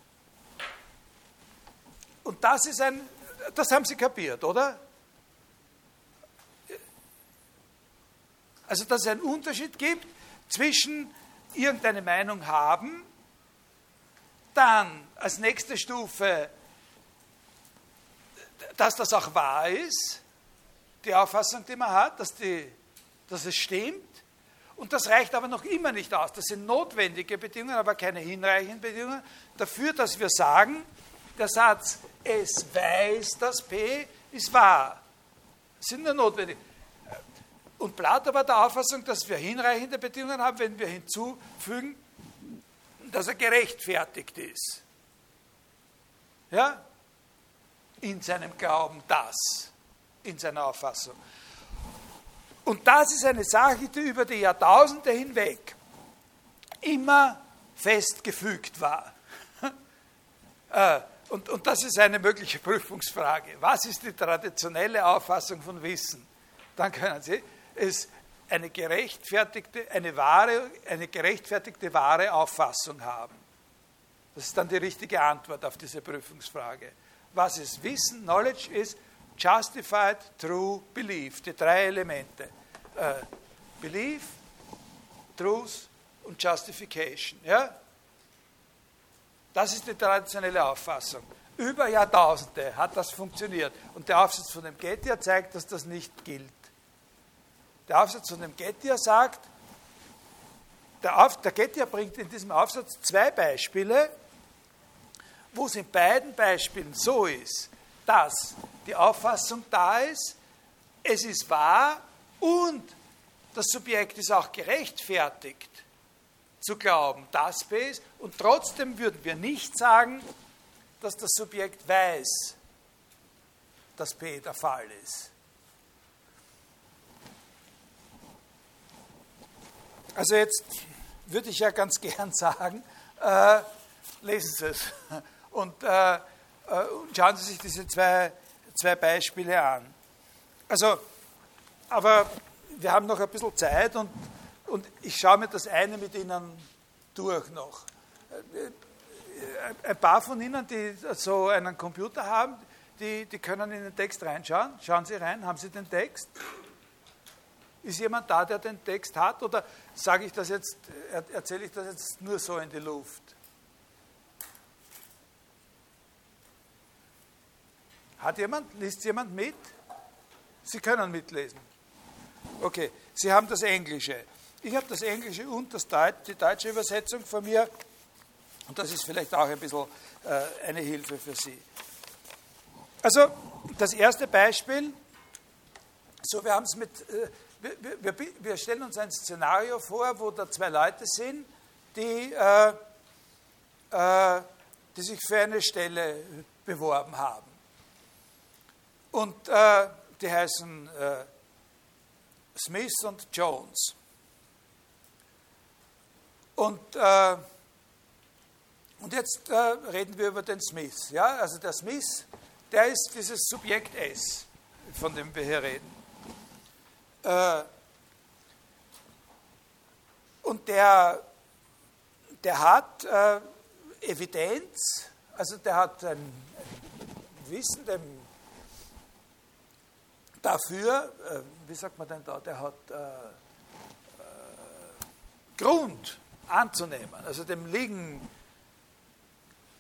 Und das ist ein, das haben Sie kapiert, oder? Also dass es einen Unterschied gibt zwischen irgendeine Meinung haben, dann als nächste Stufe, dass das auch wahr ist, die Auffassung, die man hat, dass, die, dass es stimmt. Und das reicht aber noch immer nicht aus. Das sind notwendige Bedingungen, aber keine hinreichenden Bedingungen dafür, dass wir sagen, der Satz, es weiß, dass P ist wahr. Das sind nur notwendig. Und Plato war der Auffassung, dass wir hinreichende Bedingungen haben, wenn wir hinzufügen, dass er gerechtfertigt ist. Ja? In seinem Glauben, das, in seiner Auffassung. Und das ist eine Sache, die über die Jahrtausende hinweg immer festgefügt war. Und, und das ist eine mögliche Prüfungsfrage. Was ist die traditionelle Auffassung von Wissen? Dann können Sie es eine gerechtfertigte, eine wahre, eine gerechtfertigte wahre Auffassung haben. Das ist dann die richtige Antwort auf diese Prüfungsfrage. Was ist Wissen? Knowledge ist justified, true, belief. Die drei Elemente. Äh, belief, truth und justification. Ja? Das ist die traditionelle Auffassung. Über Jahrtausende hat das funktioniert. Und der Aufsatz von dem Gettier zeigt, dass das nicht gilt. Der Aufsatz von dem Gettier sagt, der, Auf, der Gettier bringt in diesem Aufsatz zwei Beispiele, wo es in beiden Beispielen so ist, dass die Auffassung da ist, es ist wahr und das Subjekt ist auch gerechtfertigt zu glauben, dass P ist, und trotzdem würden wir nicht sagen, dass das Subjekt weiß, dass P der Fall ist. Also jetzt würde ich ja ganz gern sagen, äh, lesen Sie es und, äh, äh, und schauen Sie sich diese zwei, zwei Beispiele an. Also, aber wir haben noch ein bisschen Zeit und, und ich schaue mir das eine mit Ihnen durch noch. Ein paar von Ihnen, die so einen Computer haben, die, die können in den Text reinschauen. Schauen Sie rein, haben Sie den Text? Ist jemand da, der den Text hat, oder sage ich das jetzt, erzähle ich das jetzt nur so in die Luft? Hat jemand, liest jemand mit? Sie können mitlesen. Okay, Sie haben das Englische. Ich habe das Englische und das Deut- die deutsche Übersetzung von mir, und das ist vielleicht auch ein bisschen äh, eine Hilfe für Sie. Also, das erste Beispiel, so wir haben es mit... Äh, Wir, wir, wir stellen uns ein Szenario vor, wo da zwei Leute sind, die, äh, äh, die sich für eine Stelle beworben haben. Und äh, die heißen äh, Smith und Jones. Und, äh, und jetzt äh, reden wir über den Smith. Ja? Also der Smith, der ist dieses Subjekt S, von dem wir hier reden. Und der, der hat äh, Evidenz, also der hat ein, ein Wissen dem, dafür, äh, wie sagt man denn da, der hat äh, äh, Grund anzunehmen, also dem liegen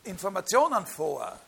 Informationen vor,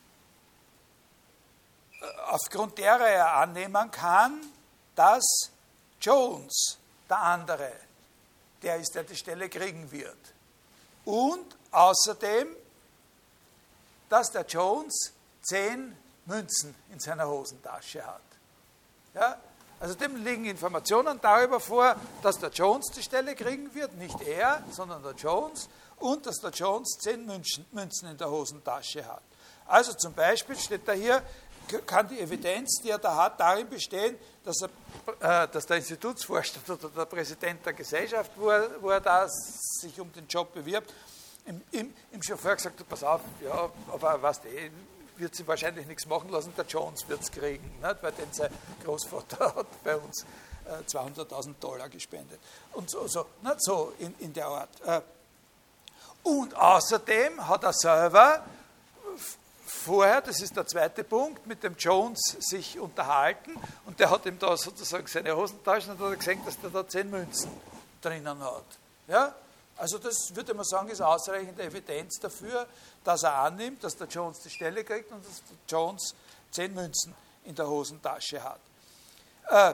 aufgrund derer er annehmen kann, dass Jones der andere, der ist, der die Stelle kriegen wird. Und außerdem, dass der Jones zehn Münzen in seiner Hosentasche hat. Ja? Also dem liegen Informationen darüber vor, dass der Jones die Stelle kriegen wird, nicht er, sondern der Jones, und dass der Jones zehn Münzen, Münzen in der Hosentasche hat. Also zum Beispiel steht da hier, kann die Evidenz, die er da hat, darin bestehen, dass, er, äh, dass der Institutsvorstand oder der Präsident der Gesellschaft, wo er, wo er da sich um den Job bewirbt, ihm, ihm, ihm schon vorher gesagt hat, pass auf, ja, aber weißt du, wird sie wahrscheinlich nichts machen lassen, der Jones wird es kriegen, nicht? Weil denn sein Großvater hat bei uns äh, zweihunderttausend Dollar gespendet. Und so, so, nicht? So in, in der Art. Äh, und außerdem hat er selber vorher, das ist der zweite Punkt, mit dem Jones sich unterhalten und der hat ihm da sozusagen seine Hosentaschen und hat er gesehen, dass der da zehn Münzen drinnen hat. Ja? Also das würde man sagen, ist ausreichende Evidenz dafür, dass er annimmt, dass der Jones die Stelle kriegt und dass der Jones zehn Münzen in der Hosentasche hat. Äh,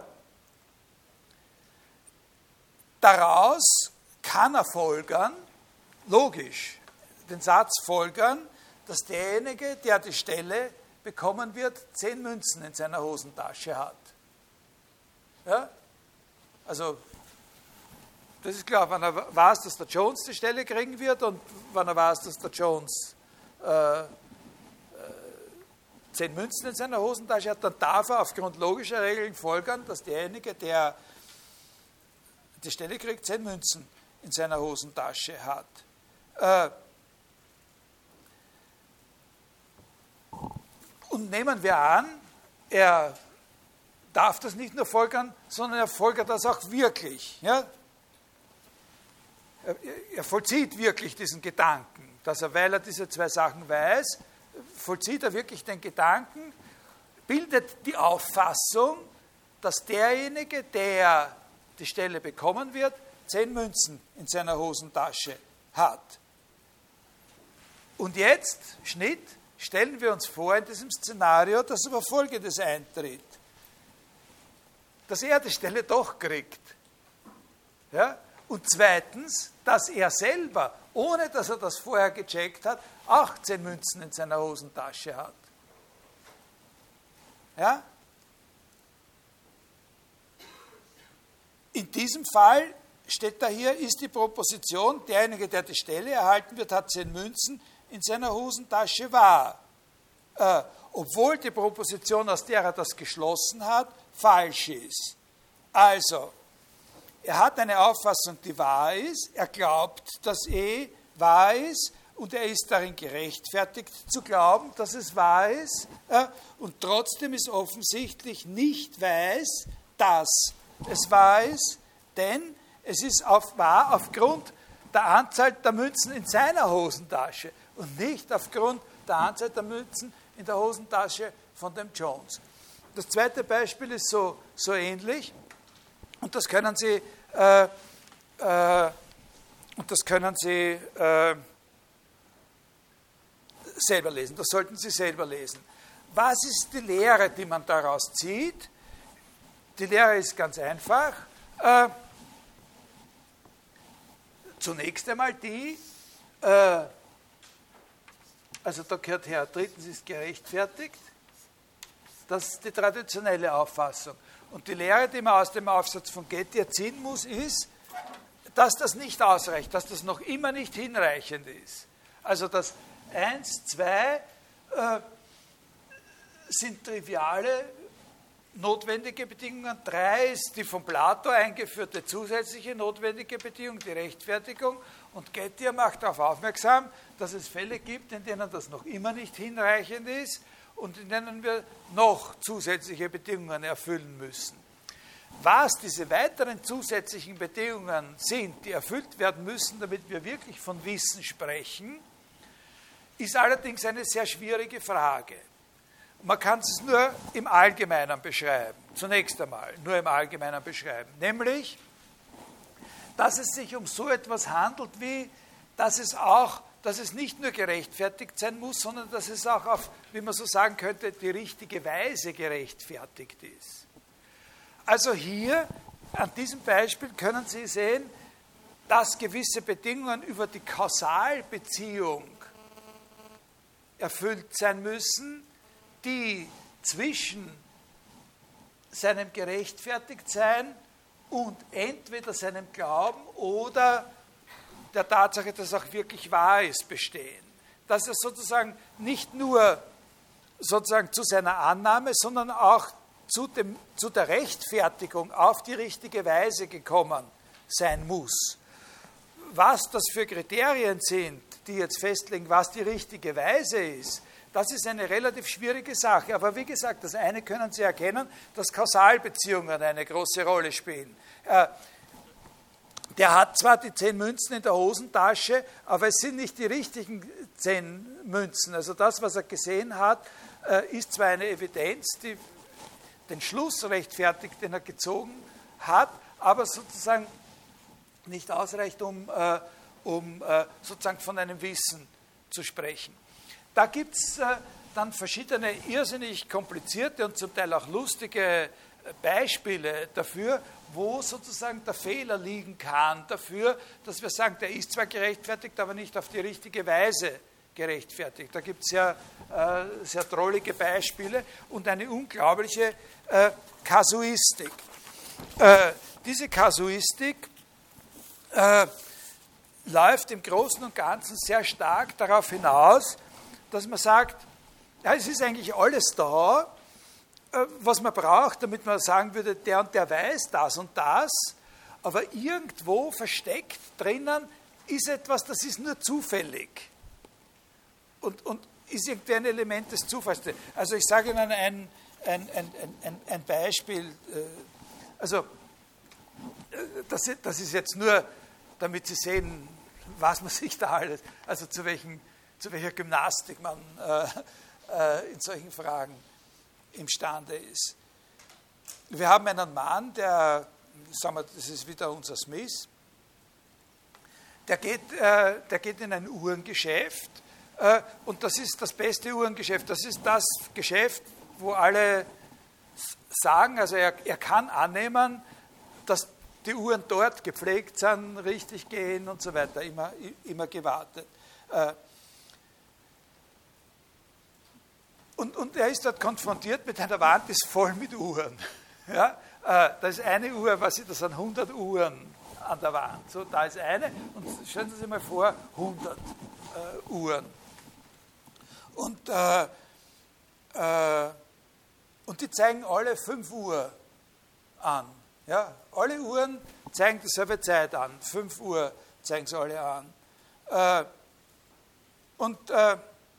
daraus kann er folgern, logisch, den Satz folgern, dass derjenige, der die Stelle bekommen wird, zehn Münzen in seiner Hosentasche hat. Ja? Also, das ist klar, wenn er weiß, dass der Jones die Stelle kriegen wird und wenn er weiß, dass der Jones äh, äh, zehn Münzen in seiner Hosentasche hat, dann darf er aufgrund logischer Regeln folgern, dass derjenige, der die Stelle kriegt, zehn Münzen in seiner Hosentasche hat. Äh, Und nehmen wir an, er darf das nicht nur folgern, sondern er folgert das auch wirklich. Ja? Er, er vollzieht wirklich diesen Gedanken, dass er, weil er diese zwei Sachen weiß, vollzieht er wirklich den Gedanken, bildet die Auffassung, dass derjenige, der die Stelle bekommen wird, zehn Münzen in seiner Hosentasche hat. Und jetzt, Schnitt, stellen wir uns vor in diesem Szenario, dass aber Folgendes eintritt. Dass er die Stelle doch kriegt. Ja? Und zweitens, dass er selber, ohne dass er das vorher gecheckt hat, auch zehn Münzen in seiner Hosentasche hat. Ja? In diesem Fall steht da hier, ist die Proposition, derjenige, der die Stelle erhalten wird, hat zehn Münzen in seiner Hosentasche wahr. Äh, obwohl die Proposition, aus der er das geschlossen hat, falsch ist. Also, er hat eine Auffassung, die wahr ist, er glaubt, dass eh wahr ist und er ist darin gerechtfertigt zu glauben, dass es wahr ist äh, und trotzdem ist offensichtlich nicht weiß, dass es wahr ist, denn es ist auf, wahr aufgrund der Anzahl der Münzen in seiner Hosentasche und nicht aufgrund der Anzahl der Münzen in der Hosentasche von dem Jones. Das zweite Beispiel ist so, so ähnlich und das können Sie, äh, äh, und das können Sie äh, selber lesen, das sollten Sie selber lesen. Was ist die Lehre, die man daraus zieht? Die Lehre ist ganz einfach. Äh, zunächst einmal die, äh, also da gehört her, drittens ist gerechtfertigt, das ist die traditionelle Auffassung. Und die Lehre, die man aus dem Aufsatz von Gettier ziehen muss, ist, dass das nicht ausreicht, dass das noch immer nicht hinreichend ist. Also das eins, zwei äh, sind triviale, notwendige Bedingungen. drei ist die von Plato eingeführte zusätzliche notwendige Bedingung, die Rechtfertigung. Und Gettier macht darauf aufmerksam, dass es Fälle gibt, in denen das noch immer nicht hinreichend ist und in denen wir noch zusätzliche Bedingungen erfüllen müssen. Was diese weiteren zusätzlichen Bedingungen sind, die erfüllt werden müssen, damit wir wirklich von Wissen sprechen, ist allerdings eine sehr schwierige Frage. Man kann es nur im Allgemeinen beschreiben, zunächst einmal nur im Allgemeinen beschreiben, nämlich, dass es sich um so etwas handelt wie, dass es auch dass es nicht nur gerechtfertigt sein muss, sondern dass es auch auf, wie man so sagen könnte, die richtige Weise gerechtfertigt ist. Also hier, an diesem Beispiel können Sie sehen, dass gewisse Bedingungen über die Kausalbeziehung erfüllt sein müssen, die zwischen seinem Gerechtfertigtsein und entweder seinem Glauben oder der Tatsache, dass es auch wirklich wahr ist, bestehen. Dass er sozusagen nicht nur sozusagen zu seiner Annahme, sondern auch zu, dem, zu der Rechtfertigung auf die richtige Weise gekommen sein muss. Was das für Kriterien sind, die jetzt festlegen, was die richtige Weise ist, das ist eine relativ schwierige Sache. Aber wie gesagt, das eine können Sie erkennen, dass Kausalbeziehungen eine große Rolle spielen. Äh, der hat zwar die zehn Münzen in der Hosentasche, aber es sind nicht die richtigen zehn Münzen. Also das, was er gesehen hat, äh, ist zwar eine Evidenz, die den Schluss rechtfertigt, den er gezogen hat, aber sozusagen nicht ausreicht, um, äh, um äh, sozusagen von einem Wissen zu sprechen. Da gibt es äh, dann verschiedene irrsinnig komplizierte und zum Teil auch lustige Beispiele dafür, wo sozusagen der Fehler liegen kann, dafür, dass wir sagen, der ist zwar gerechtfertigt, aber nicht auf die richtige Weise gerechtfertigt. Da gibt es ja äh, sehr drollige Beispiele und eine unglaubliche äh, Kasuistik. Äh, diese Kasuistik äh, läuft im Großen und Ganzen sehr stark darauf hinaus, dass man sagt, ja, es ist eigentlich alles da, äh, was man braucht, damit man sagen würde, der und der weiß das und das, aber irgendwo versteckt drinnen ist etwas, das ist nur zufällig. Und, und ist irgendwie ein Element des Zufalls. Also ich sage Ihnen ein, ein, ein, ein, ein Beispiel. Also das, das ist jetzt nur, damit Sie sehen, was man sich da alles, also zu, welchen, zu welcher Gymnastik man äh, äh, in solchen Fragen imstande ist. Wir haben einen Mann, der, sagen wir, das ist wieder unser Smith, der geht, äh, der geht in ein Uhrengeschäft. Und das ist das beste Uhrengeschäft. Das ist das Geschäft, wo alle sagen, also er, er kann annehmen, dass die Uhren dort gepflegt sind, richtig gehen und so weiter, immer, immer gewartet. Und, und er ist dort konfrontiert mit einer Wand, die ist voll mit Uhren. Ja? Da ist eine Uhr, was ich, das sind hundert Uhren an der Wand. So, da ist eine und stellen Sie sich mal vor, hundert äh, Uhren. Und, äh, äh, und die zeigen alle fünf Uhr an. Ja? Alle Uhren zeigen dieselbe Zeit an. fünf Uhr zeigen sie alle an. Äh, und, äh,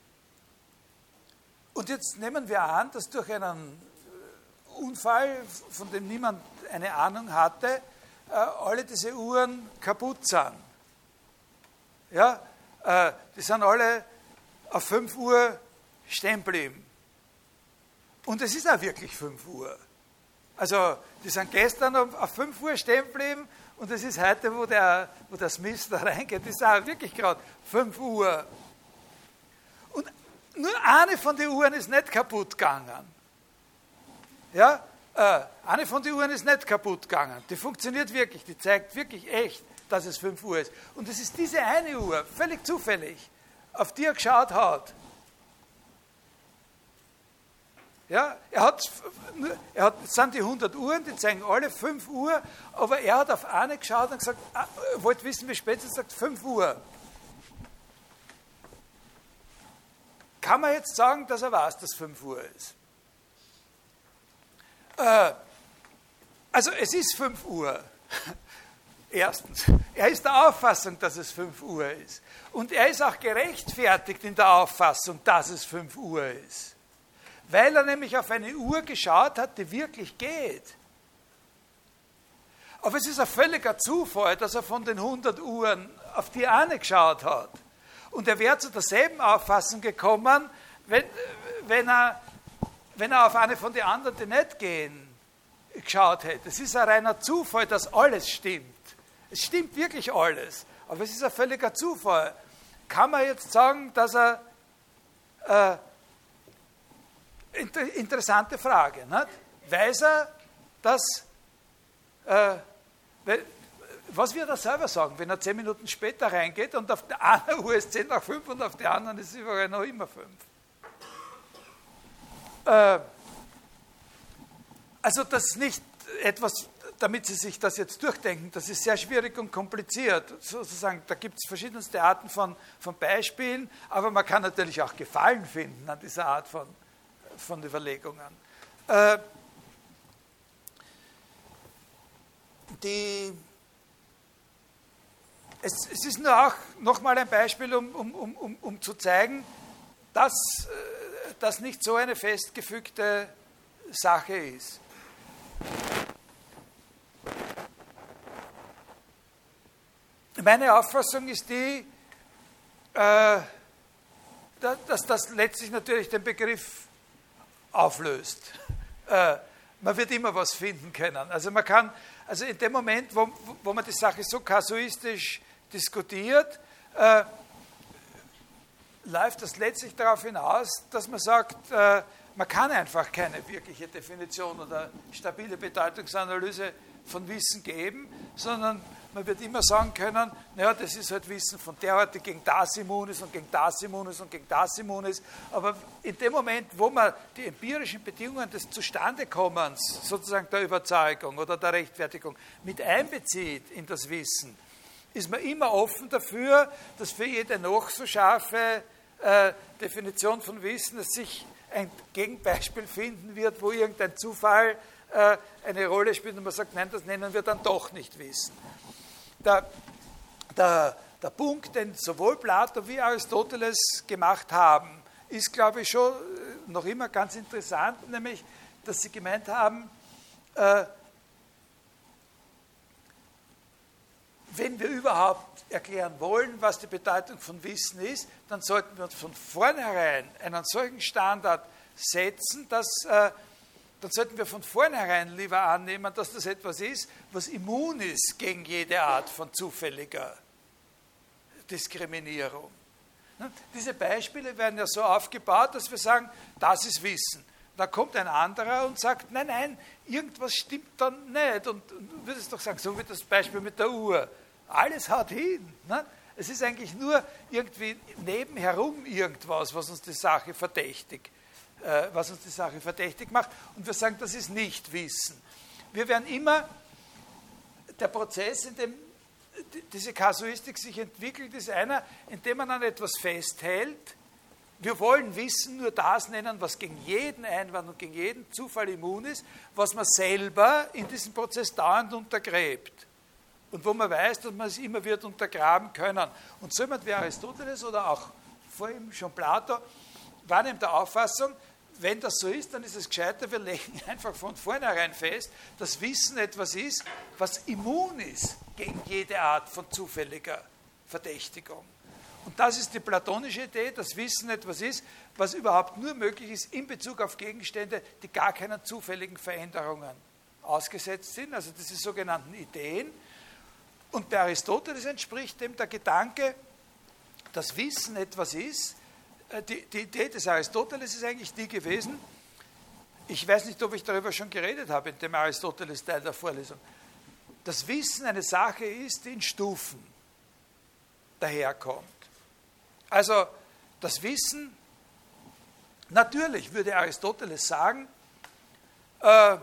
und jetzt nehmen wir an, dass durch einen Unfall, von dem niemand eine Ahnung hatte, äh, alle diese Uhren kaputt sind. Ja? Äh, die sind alle auf fünf Uhr stehen geblieben. Und es ist auch wirklich fünf Uhr. Also, die sind gestern auf fünf Uhr stehen geblieben und es ist heute, wo der, wo der Smith da reingeht, ist auch wirklich gerade fünf Uhr. Und nur eine von den Uhren ist nicht kaputt gegangen. Ja, äh, eine von den Uhren ist nicht kaputt gegangen. Die funktioniert wirklich, die zeigt wirklich echt, dass es fünf Uhr ist. Und es ist diese eine Uhr, völlig zufällig, auf die er geschaut hat. Ja, er hat, er hat, es sind die hundert Uhren, die zeigen alle fünf Uhr, aber er hat auf eine geschaut und gesagt, ah, wollte wissen, wie spät es ist, sagt fünf Uhr. Kann man jetzt sagen, dass er weiß, dass fünf Uhr ist? Äh, also es ist fünf Uhr. Erstens, er ist der Auffassung, dass es fünf Uhr ist. Und er ist auch gerechtfertigt in der Auffassung, dass es fünf Uhr ist. Weil er nämlich auf eine Uhr geschaut hat, die wirklich geht. Aber es ist ein völliger Zufall, dass er von den hundert Uhren auf die eine geschaut hat. Und er wäre zu derselben Auffassung gekommen, wenn, wenn, er, wenn er auf eine von den anderen, die nicht gehen, geschaut hätte. Es ist ein reiner Zufall, dass alles stimmt. Es stimmt wirklich alles, aber es ist ein völliger Zufall. kann man jetzt sagen, dass er, äh, inter, interessante Frage, nicht? Weiß er, dass, äh, was wird er selber sagen, wenn er zehn Minuten später reingeht und auf der einen Uhr ist zehn nach fünf und auf der anderen ist es überall noch immer fünf? Äh, also das ist nicht etwas, damit Sie sich das jetzt durchdenken, das ist sehr schwierig und kompliziert. Sozusagen, da gibt es verschiedenste Arten von, von Beispielen, aber man kann natürlich auch Gefallen finden an dieser Art von, von Überlegungen. Äh, die, es, es ist nur auch nochmal ein Beispiel, um, um, um, um zu zeigen, dass das nicht so eine festgefügte Sache ist. Meine Auffassung ist die, äh, dass das letztlich natürlich den Begriff auflöst. Äh, man wird immer was finden können. Also man kann, also in dem Moment, wo, wo man die Sache so kasuistisch diskutiert, äh, läuft das letztlich darauf hinaus, dass man sagt, äh, man kann einfach keine wirkliche Definition oder stabile Bedeutungsanalyse von Wissen geben, sondern man wird immer sagen können, naja, das ist halt Wissen von der Art, die gegen das immun ist und gegen das immun ist und gegen das immun ist. Aber in dem Moment, wo man die empirischen Bedingungen des Zustandekommens, sozusagen der Überzeugung oder der Rechtfertigung, mit einbezieht in das Wissen, ist man immer offen dafür, dass für jede noch so scharfe äh, Definition von Wissen es sich ein Gegenbeispiel finden wird, wo irgendein Zufall äh, eine Rolle spielt und man sagt, nein, das nennen wir dann doch nicht Wissen. Der, der, der Punkt, den sowohl Plato wie Aristoteles gemacht haben, ist, glaube ich, schon noch immer ganz interessant, nämlich, dass sie gemeint haben, äh, wenn wir überhaupt erklären wollen, was die Bedeutung von Wissen ist, dann sollten wir uns von vornherein einen solchen Standard setzen, dass äh, dann sollten wir von vornherein lieber annehmen, dass das etwas ist, was immun ist gegen jede Art von zufälliger Diskriminierung. Diese Beispiele werden ja so aufgebaut, dass wir sagen, das ist Wissen. Da kommt ein anderer und sagt, nein, nein, irgendwas stimmt dann nicht. Und du würdest doch sagen, so wie das Beispiel mit der Uhr. Alles haut hin. Ne? Es ist eigentlich nur irgendwie nebenherum irgendwas, was uns die Sache verdächtig was uns die Sache verdächtig macht. Und wir sagen, das ist nicht Wissen. Wir werden immer, der Prozess, in dem diese Kasuistik sich entwickelt, ist einer, in dem man an etwas festhält. Wir wollen Wissen nur das nennen, was gegen jeden Einwand und gegen jeden Zufall immun ist, was man selber in diesem Prozess dauernd untergräbt. Und wo man weiß, dass man es immer wird untergraben können. Und so jemand wie Aristoteles oder auch vor ihm schon Plato war nämlich der Auffassung, wenn das so ist, dann ist es gescheiter, wir legen einfach von vornherein fest, dass Wissen etwas ist, was immun ist gegen jede Art von zufälliger Verdächtigung. Und das ist die platonische Idee, dass Wissen etwas ist, was überhaupt nur möglich ist in Bezug auf Gegenstände, die gar keinen zufälligen Veränderungen ausgesetzt sind, also diese sogenannten Ideen. Und bei Aristoteles entspricht dem der Gedanke, dass Wissen etwas ist. Die, die Idee des Aristoteles ist eigentlich die gewesen, ich weiß nicht, ob ich darüber schon geredet habe in dem Aristoteles-Teil der Vorlesung, dass Wissen eine Sache ist, die in Stufen daherkommt. Also das Wissen, natürlich würde Aristoteles sagen, äh,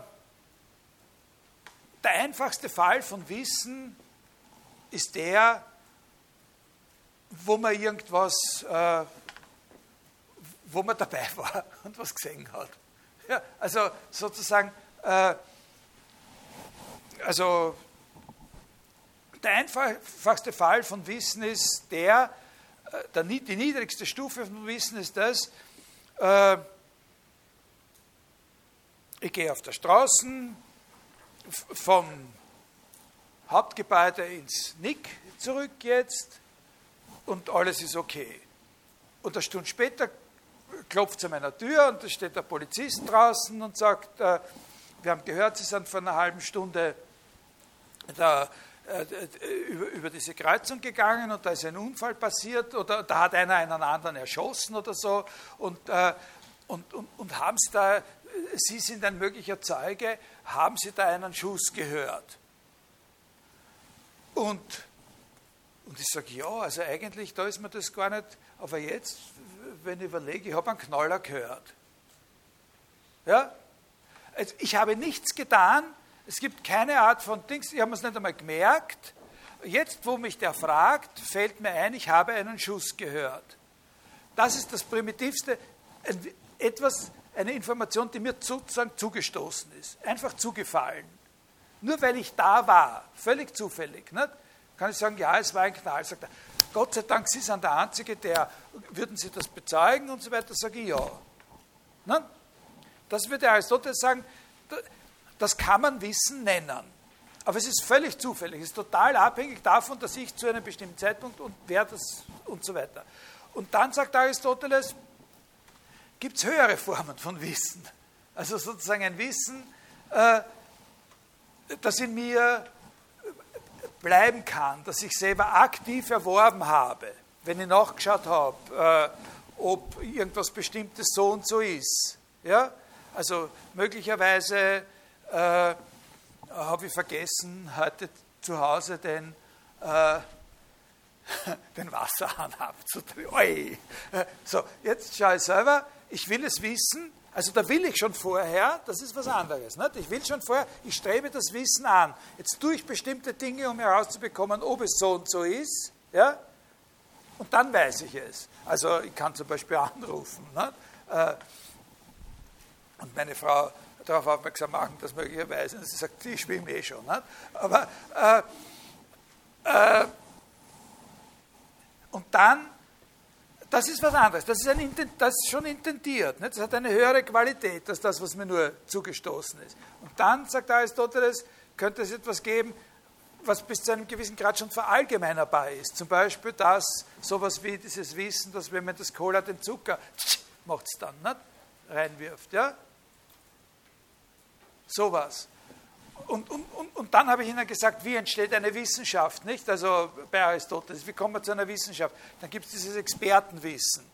der einfachste Fall von Wissen ist der, wo man irgendwas... Äh, wo man dabei war und was gesehen hat. Ja, also sozusagen, äh, also der einfachste Fall von Wissen ist der, äh, der, die niedrigste Stufe von Wissen ist das, äh, ich gehe auf der Straße vom Hauptgebäude ins Nick zurück jetzt und alles ist okay. Und eine Stunde später klopft es an meiner Tür und da steht der Polizist draußen und sagt, äh, wir haben gehört, Sie sind vor einer halben Stunde da über, über diese Kreuzung gegangen und da ist ein Unfall passiert oder da hat einer einen anderen erschossen oder so und, äh, und, und, und haben Sie da, Sie sind ein möglicher Zeuge, haben Sie da einen Schuss gehört? Und, und ich sage, ja, also eigentlich, da ist mir das gar nicht, aber jetzt, wenn ich überlege, ich habe einen Knaller gehört. Ja? Also ich habe nichts getan, es gibt keine Art von Dings, ich habe es nicht einmal gemerkt. Jetzt, wo mich der fragt, fällt mir ein, ich habe einen Schuss gehört. Das ist das Primitivste, etwas, eine Information, die mir sozusagen zugestoßen ist, einfach zugefallen. Nur weil ich da war, völlig zufällig, nicht? Kann ich sagen, ja, es war ein Knall. Sagt er, Gott sei Dank, Sie sind der Einzige, der, würden Sie das bezeugen und so weiter, sage ich ja. Nicht? Das würde Aristoteles sagen, das kann man Wissen nennen. Aber es ist völlig zufällig, es ist total abhängig davon, dass ich zu einem bestimmten Zeitpunkt und wer das und so weiter. Und dann sagt Aristoteles, gibt es höhere Formen von Wissen. Also sozusagen ein Wissen, äh, das in mir bleiben kann, das ich selber aktiv erworben habe, wenn ich nachgeschaut habe, äh, ob irgendwas Bestimmtes so und so ist. Ja? Also möglicherweise äh, habe ich vergessen, heute zu Hause den, äh, den Wasserhahn abzudrehen. So, jetzt schaue ich selber, ich will es wissen, also da will ich schon vorher, das ist was anderes. Nicht? Ich will schon vorher, ich strebe das Wissen an. Jetzt tue ich bestimmte Dinge, um herauszubekommen, ob es so und so ist. Ja? Und dann weiß ich es. Also ich kann zum Beispiel anrufen. Nicht? Und meine Frau darauf aufmerksam machen, dass möglicherweise, und sie sagt, ich schwimme eh schon. Nicht? Aber, äh, äh, und dann, das ist was anderes, das ist, ein, das ist schon intendiert, nicht? Das hat eine höhere Qualität als das, was mir nur zugestoßen ist. Und dann, sagt Aristoteles, könnte es etwas geben, was bis zu einem gewissen Grad schon verallgemeinerbar ist. Zum Beispiel das, sowas wie dieses Wissen, dass wenn man das Cola, den Zucker, macht es dann, nicht? Reinwirft, ja? Sowas. Und, und, und, und dann habe ich Ihnen gesagt, wie entsteht eine Wissenschaft, nicht? Also bei Aristoteles, wie kommt man zu einer Wissenschaft? Dann gibt es dieses Expertenwissen.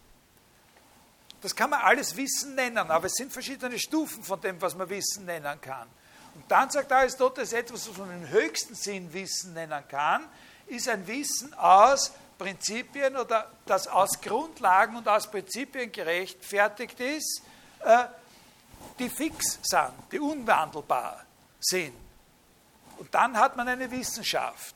Das kann man alles Wissen nennen, aber es sind verschiedene Stufen von dem, was man Wissen nennen kann. Und dann sagt Aristoteles, etwas, was man im höchsten Sinn Wissen nennen kann, ist ein Wissen aus Prinzipien oder das aus Grundlagen und aus Prinzipien gerechtfertigt ist, äh, die fix sind, die unwandelbar sind. Und dann hat man eine Wissenschaft.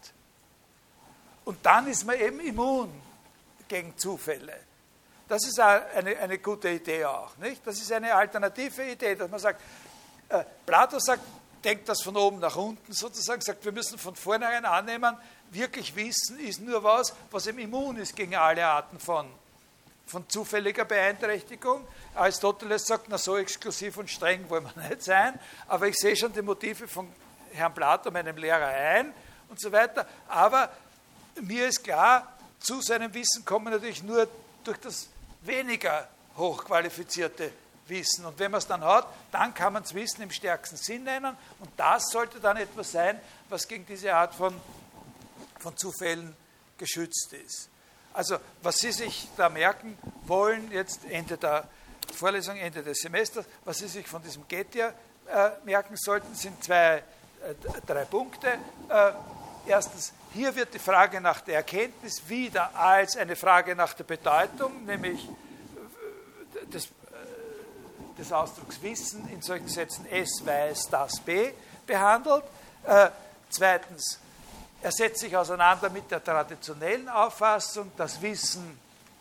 Und dann ist man eben immun gegen Zufälle. Das ist eine, eine gute Idee auch. Nicht? Das ist eine alternative Idee, dass man sagt, äh, Plato sagt, denkt das von oben nach unten sozusagen, sagt, wir müssen von vornherein annehmen, wirklich Wissen ist nur was, was eben immun ist gegen alle Arten von von zufälliger Beeinträchtigung. Aristoteles sagt, na so exklusiv und streng wollen wir nicht sein, aber ich sehe schon die Motive von Herrn Plato, meinem Lehrer, ein und so weiter. Aber mir ist klar, zu seinem Wissen kommen wir natürlich nur durch das weniger hochqualifizierte Wissen. Und wenn man es dann hat, dann kann man es Wissen im stärksten Sinn nennen und das sollte dann etwas sein, was gegen diese Art von, von Zufällen geschützt ist. Also, was Sie sich da merken wollen, jetzt Ende der Vorlesung, Ende des Semesters, was Sie sich von diesem Gettier äh, merken sollten, sind zwei, äh, drei Punkte. Äh, erstens, hier wird die Frage nach der Erkenntnis wieder als eine Frage nach der Bedeutung, nämlich äh, des, äh, des Ausdrucks Wissen in solchen Sätzen S weiß das B behandelt. Äh, zweitens, er setzt sich auseinander mit der traditionellen Auffassung, dass Wissen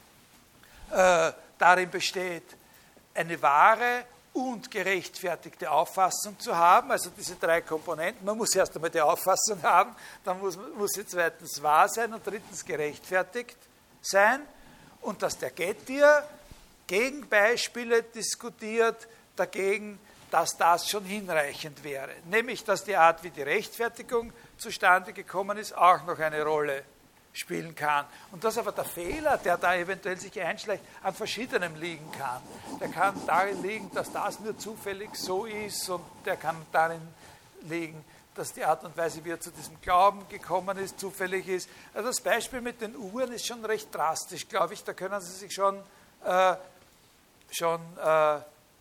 äh, darin besteht, eine wahre und gerechtfertigte Auffassung zu haben, also diese drei Komponenten. Man muss erst einmal die Auffassung haben, dann muss, muss sie zweitens wahr sein und drittens gerechtfertigt sein. Und dass der Gettier Gegenbeispiele diskutiert dagegen, dass das schon hinreichend wäre. Nämlich, dass die Art, wie die Rechtfertigung zustande gekommen ist, auch noch eine Rolle spielen kann. Und dass aber der Fehler, der da eventuell sich einschleicht, an verschiedenem liegen kann. Der kann darin liegen, dass das nur zufällig so ist und der kann darin liegen, dass die Art und Weise, wie er zu diesem Glauben gekommen ist, zufällig ist. Also das Beispiel mit den Uhren ist schon recht drastisch, glaube ich. Da können Sie sich schon, äh, schon, äh, äh,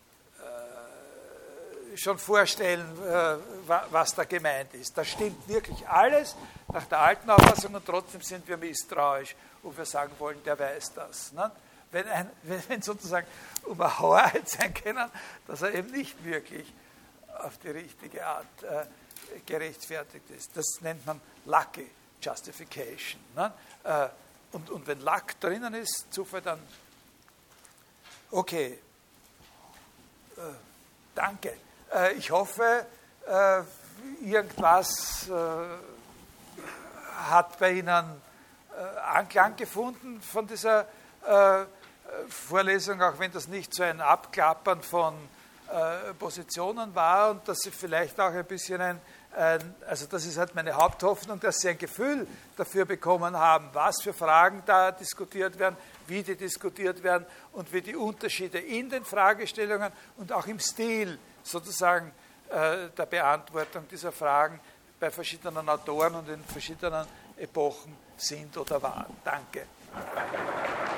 schon vorstellen, äh, was da gemeint ist. Da stimmt wirklich alles nach der alten Auffassung und trotzdem sind wir misstrauisch, ob wir sagen wollen, der weiß das. Ne? Wenn, ein, wenn sozusagen um eine Wahrheit sein können, dass er eben nicht wirklich auf die richtige Art äh, gerechtfertigt ist. Das nennt man Lucky Justification. Ne? Äh, und, und wenn Luck drinnen ist, Zufall, dann okay. Äh, danke. Äh, ich hoffe, äh, irgendwas äh, hat bei Ihnen äh, Anklang gefunden von dieser äh, Vorlesung, auch wenn das nicht so ein Abklappern von äh, Positionen war und dass Sie vielleicht auch ein bisschen ein, ein, also das ist halt meine Haupthoffnung, dass Sie ein Gefühl dafür bekommen haben, was für Fragen da diskutiert werden, wie die diskutiert werden und wie die Unterschiede in den Fragestellungen und auch im Stil sozusagen äh, der Beantwortung dieser Fragen bei verschiedenen Autoren und in verschiedenen Epochen sind oder waren. Danke.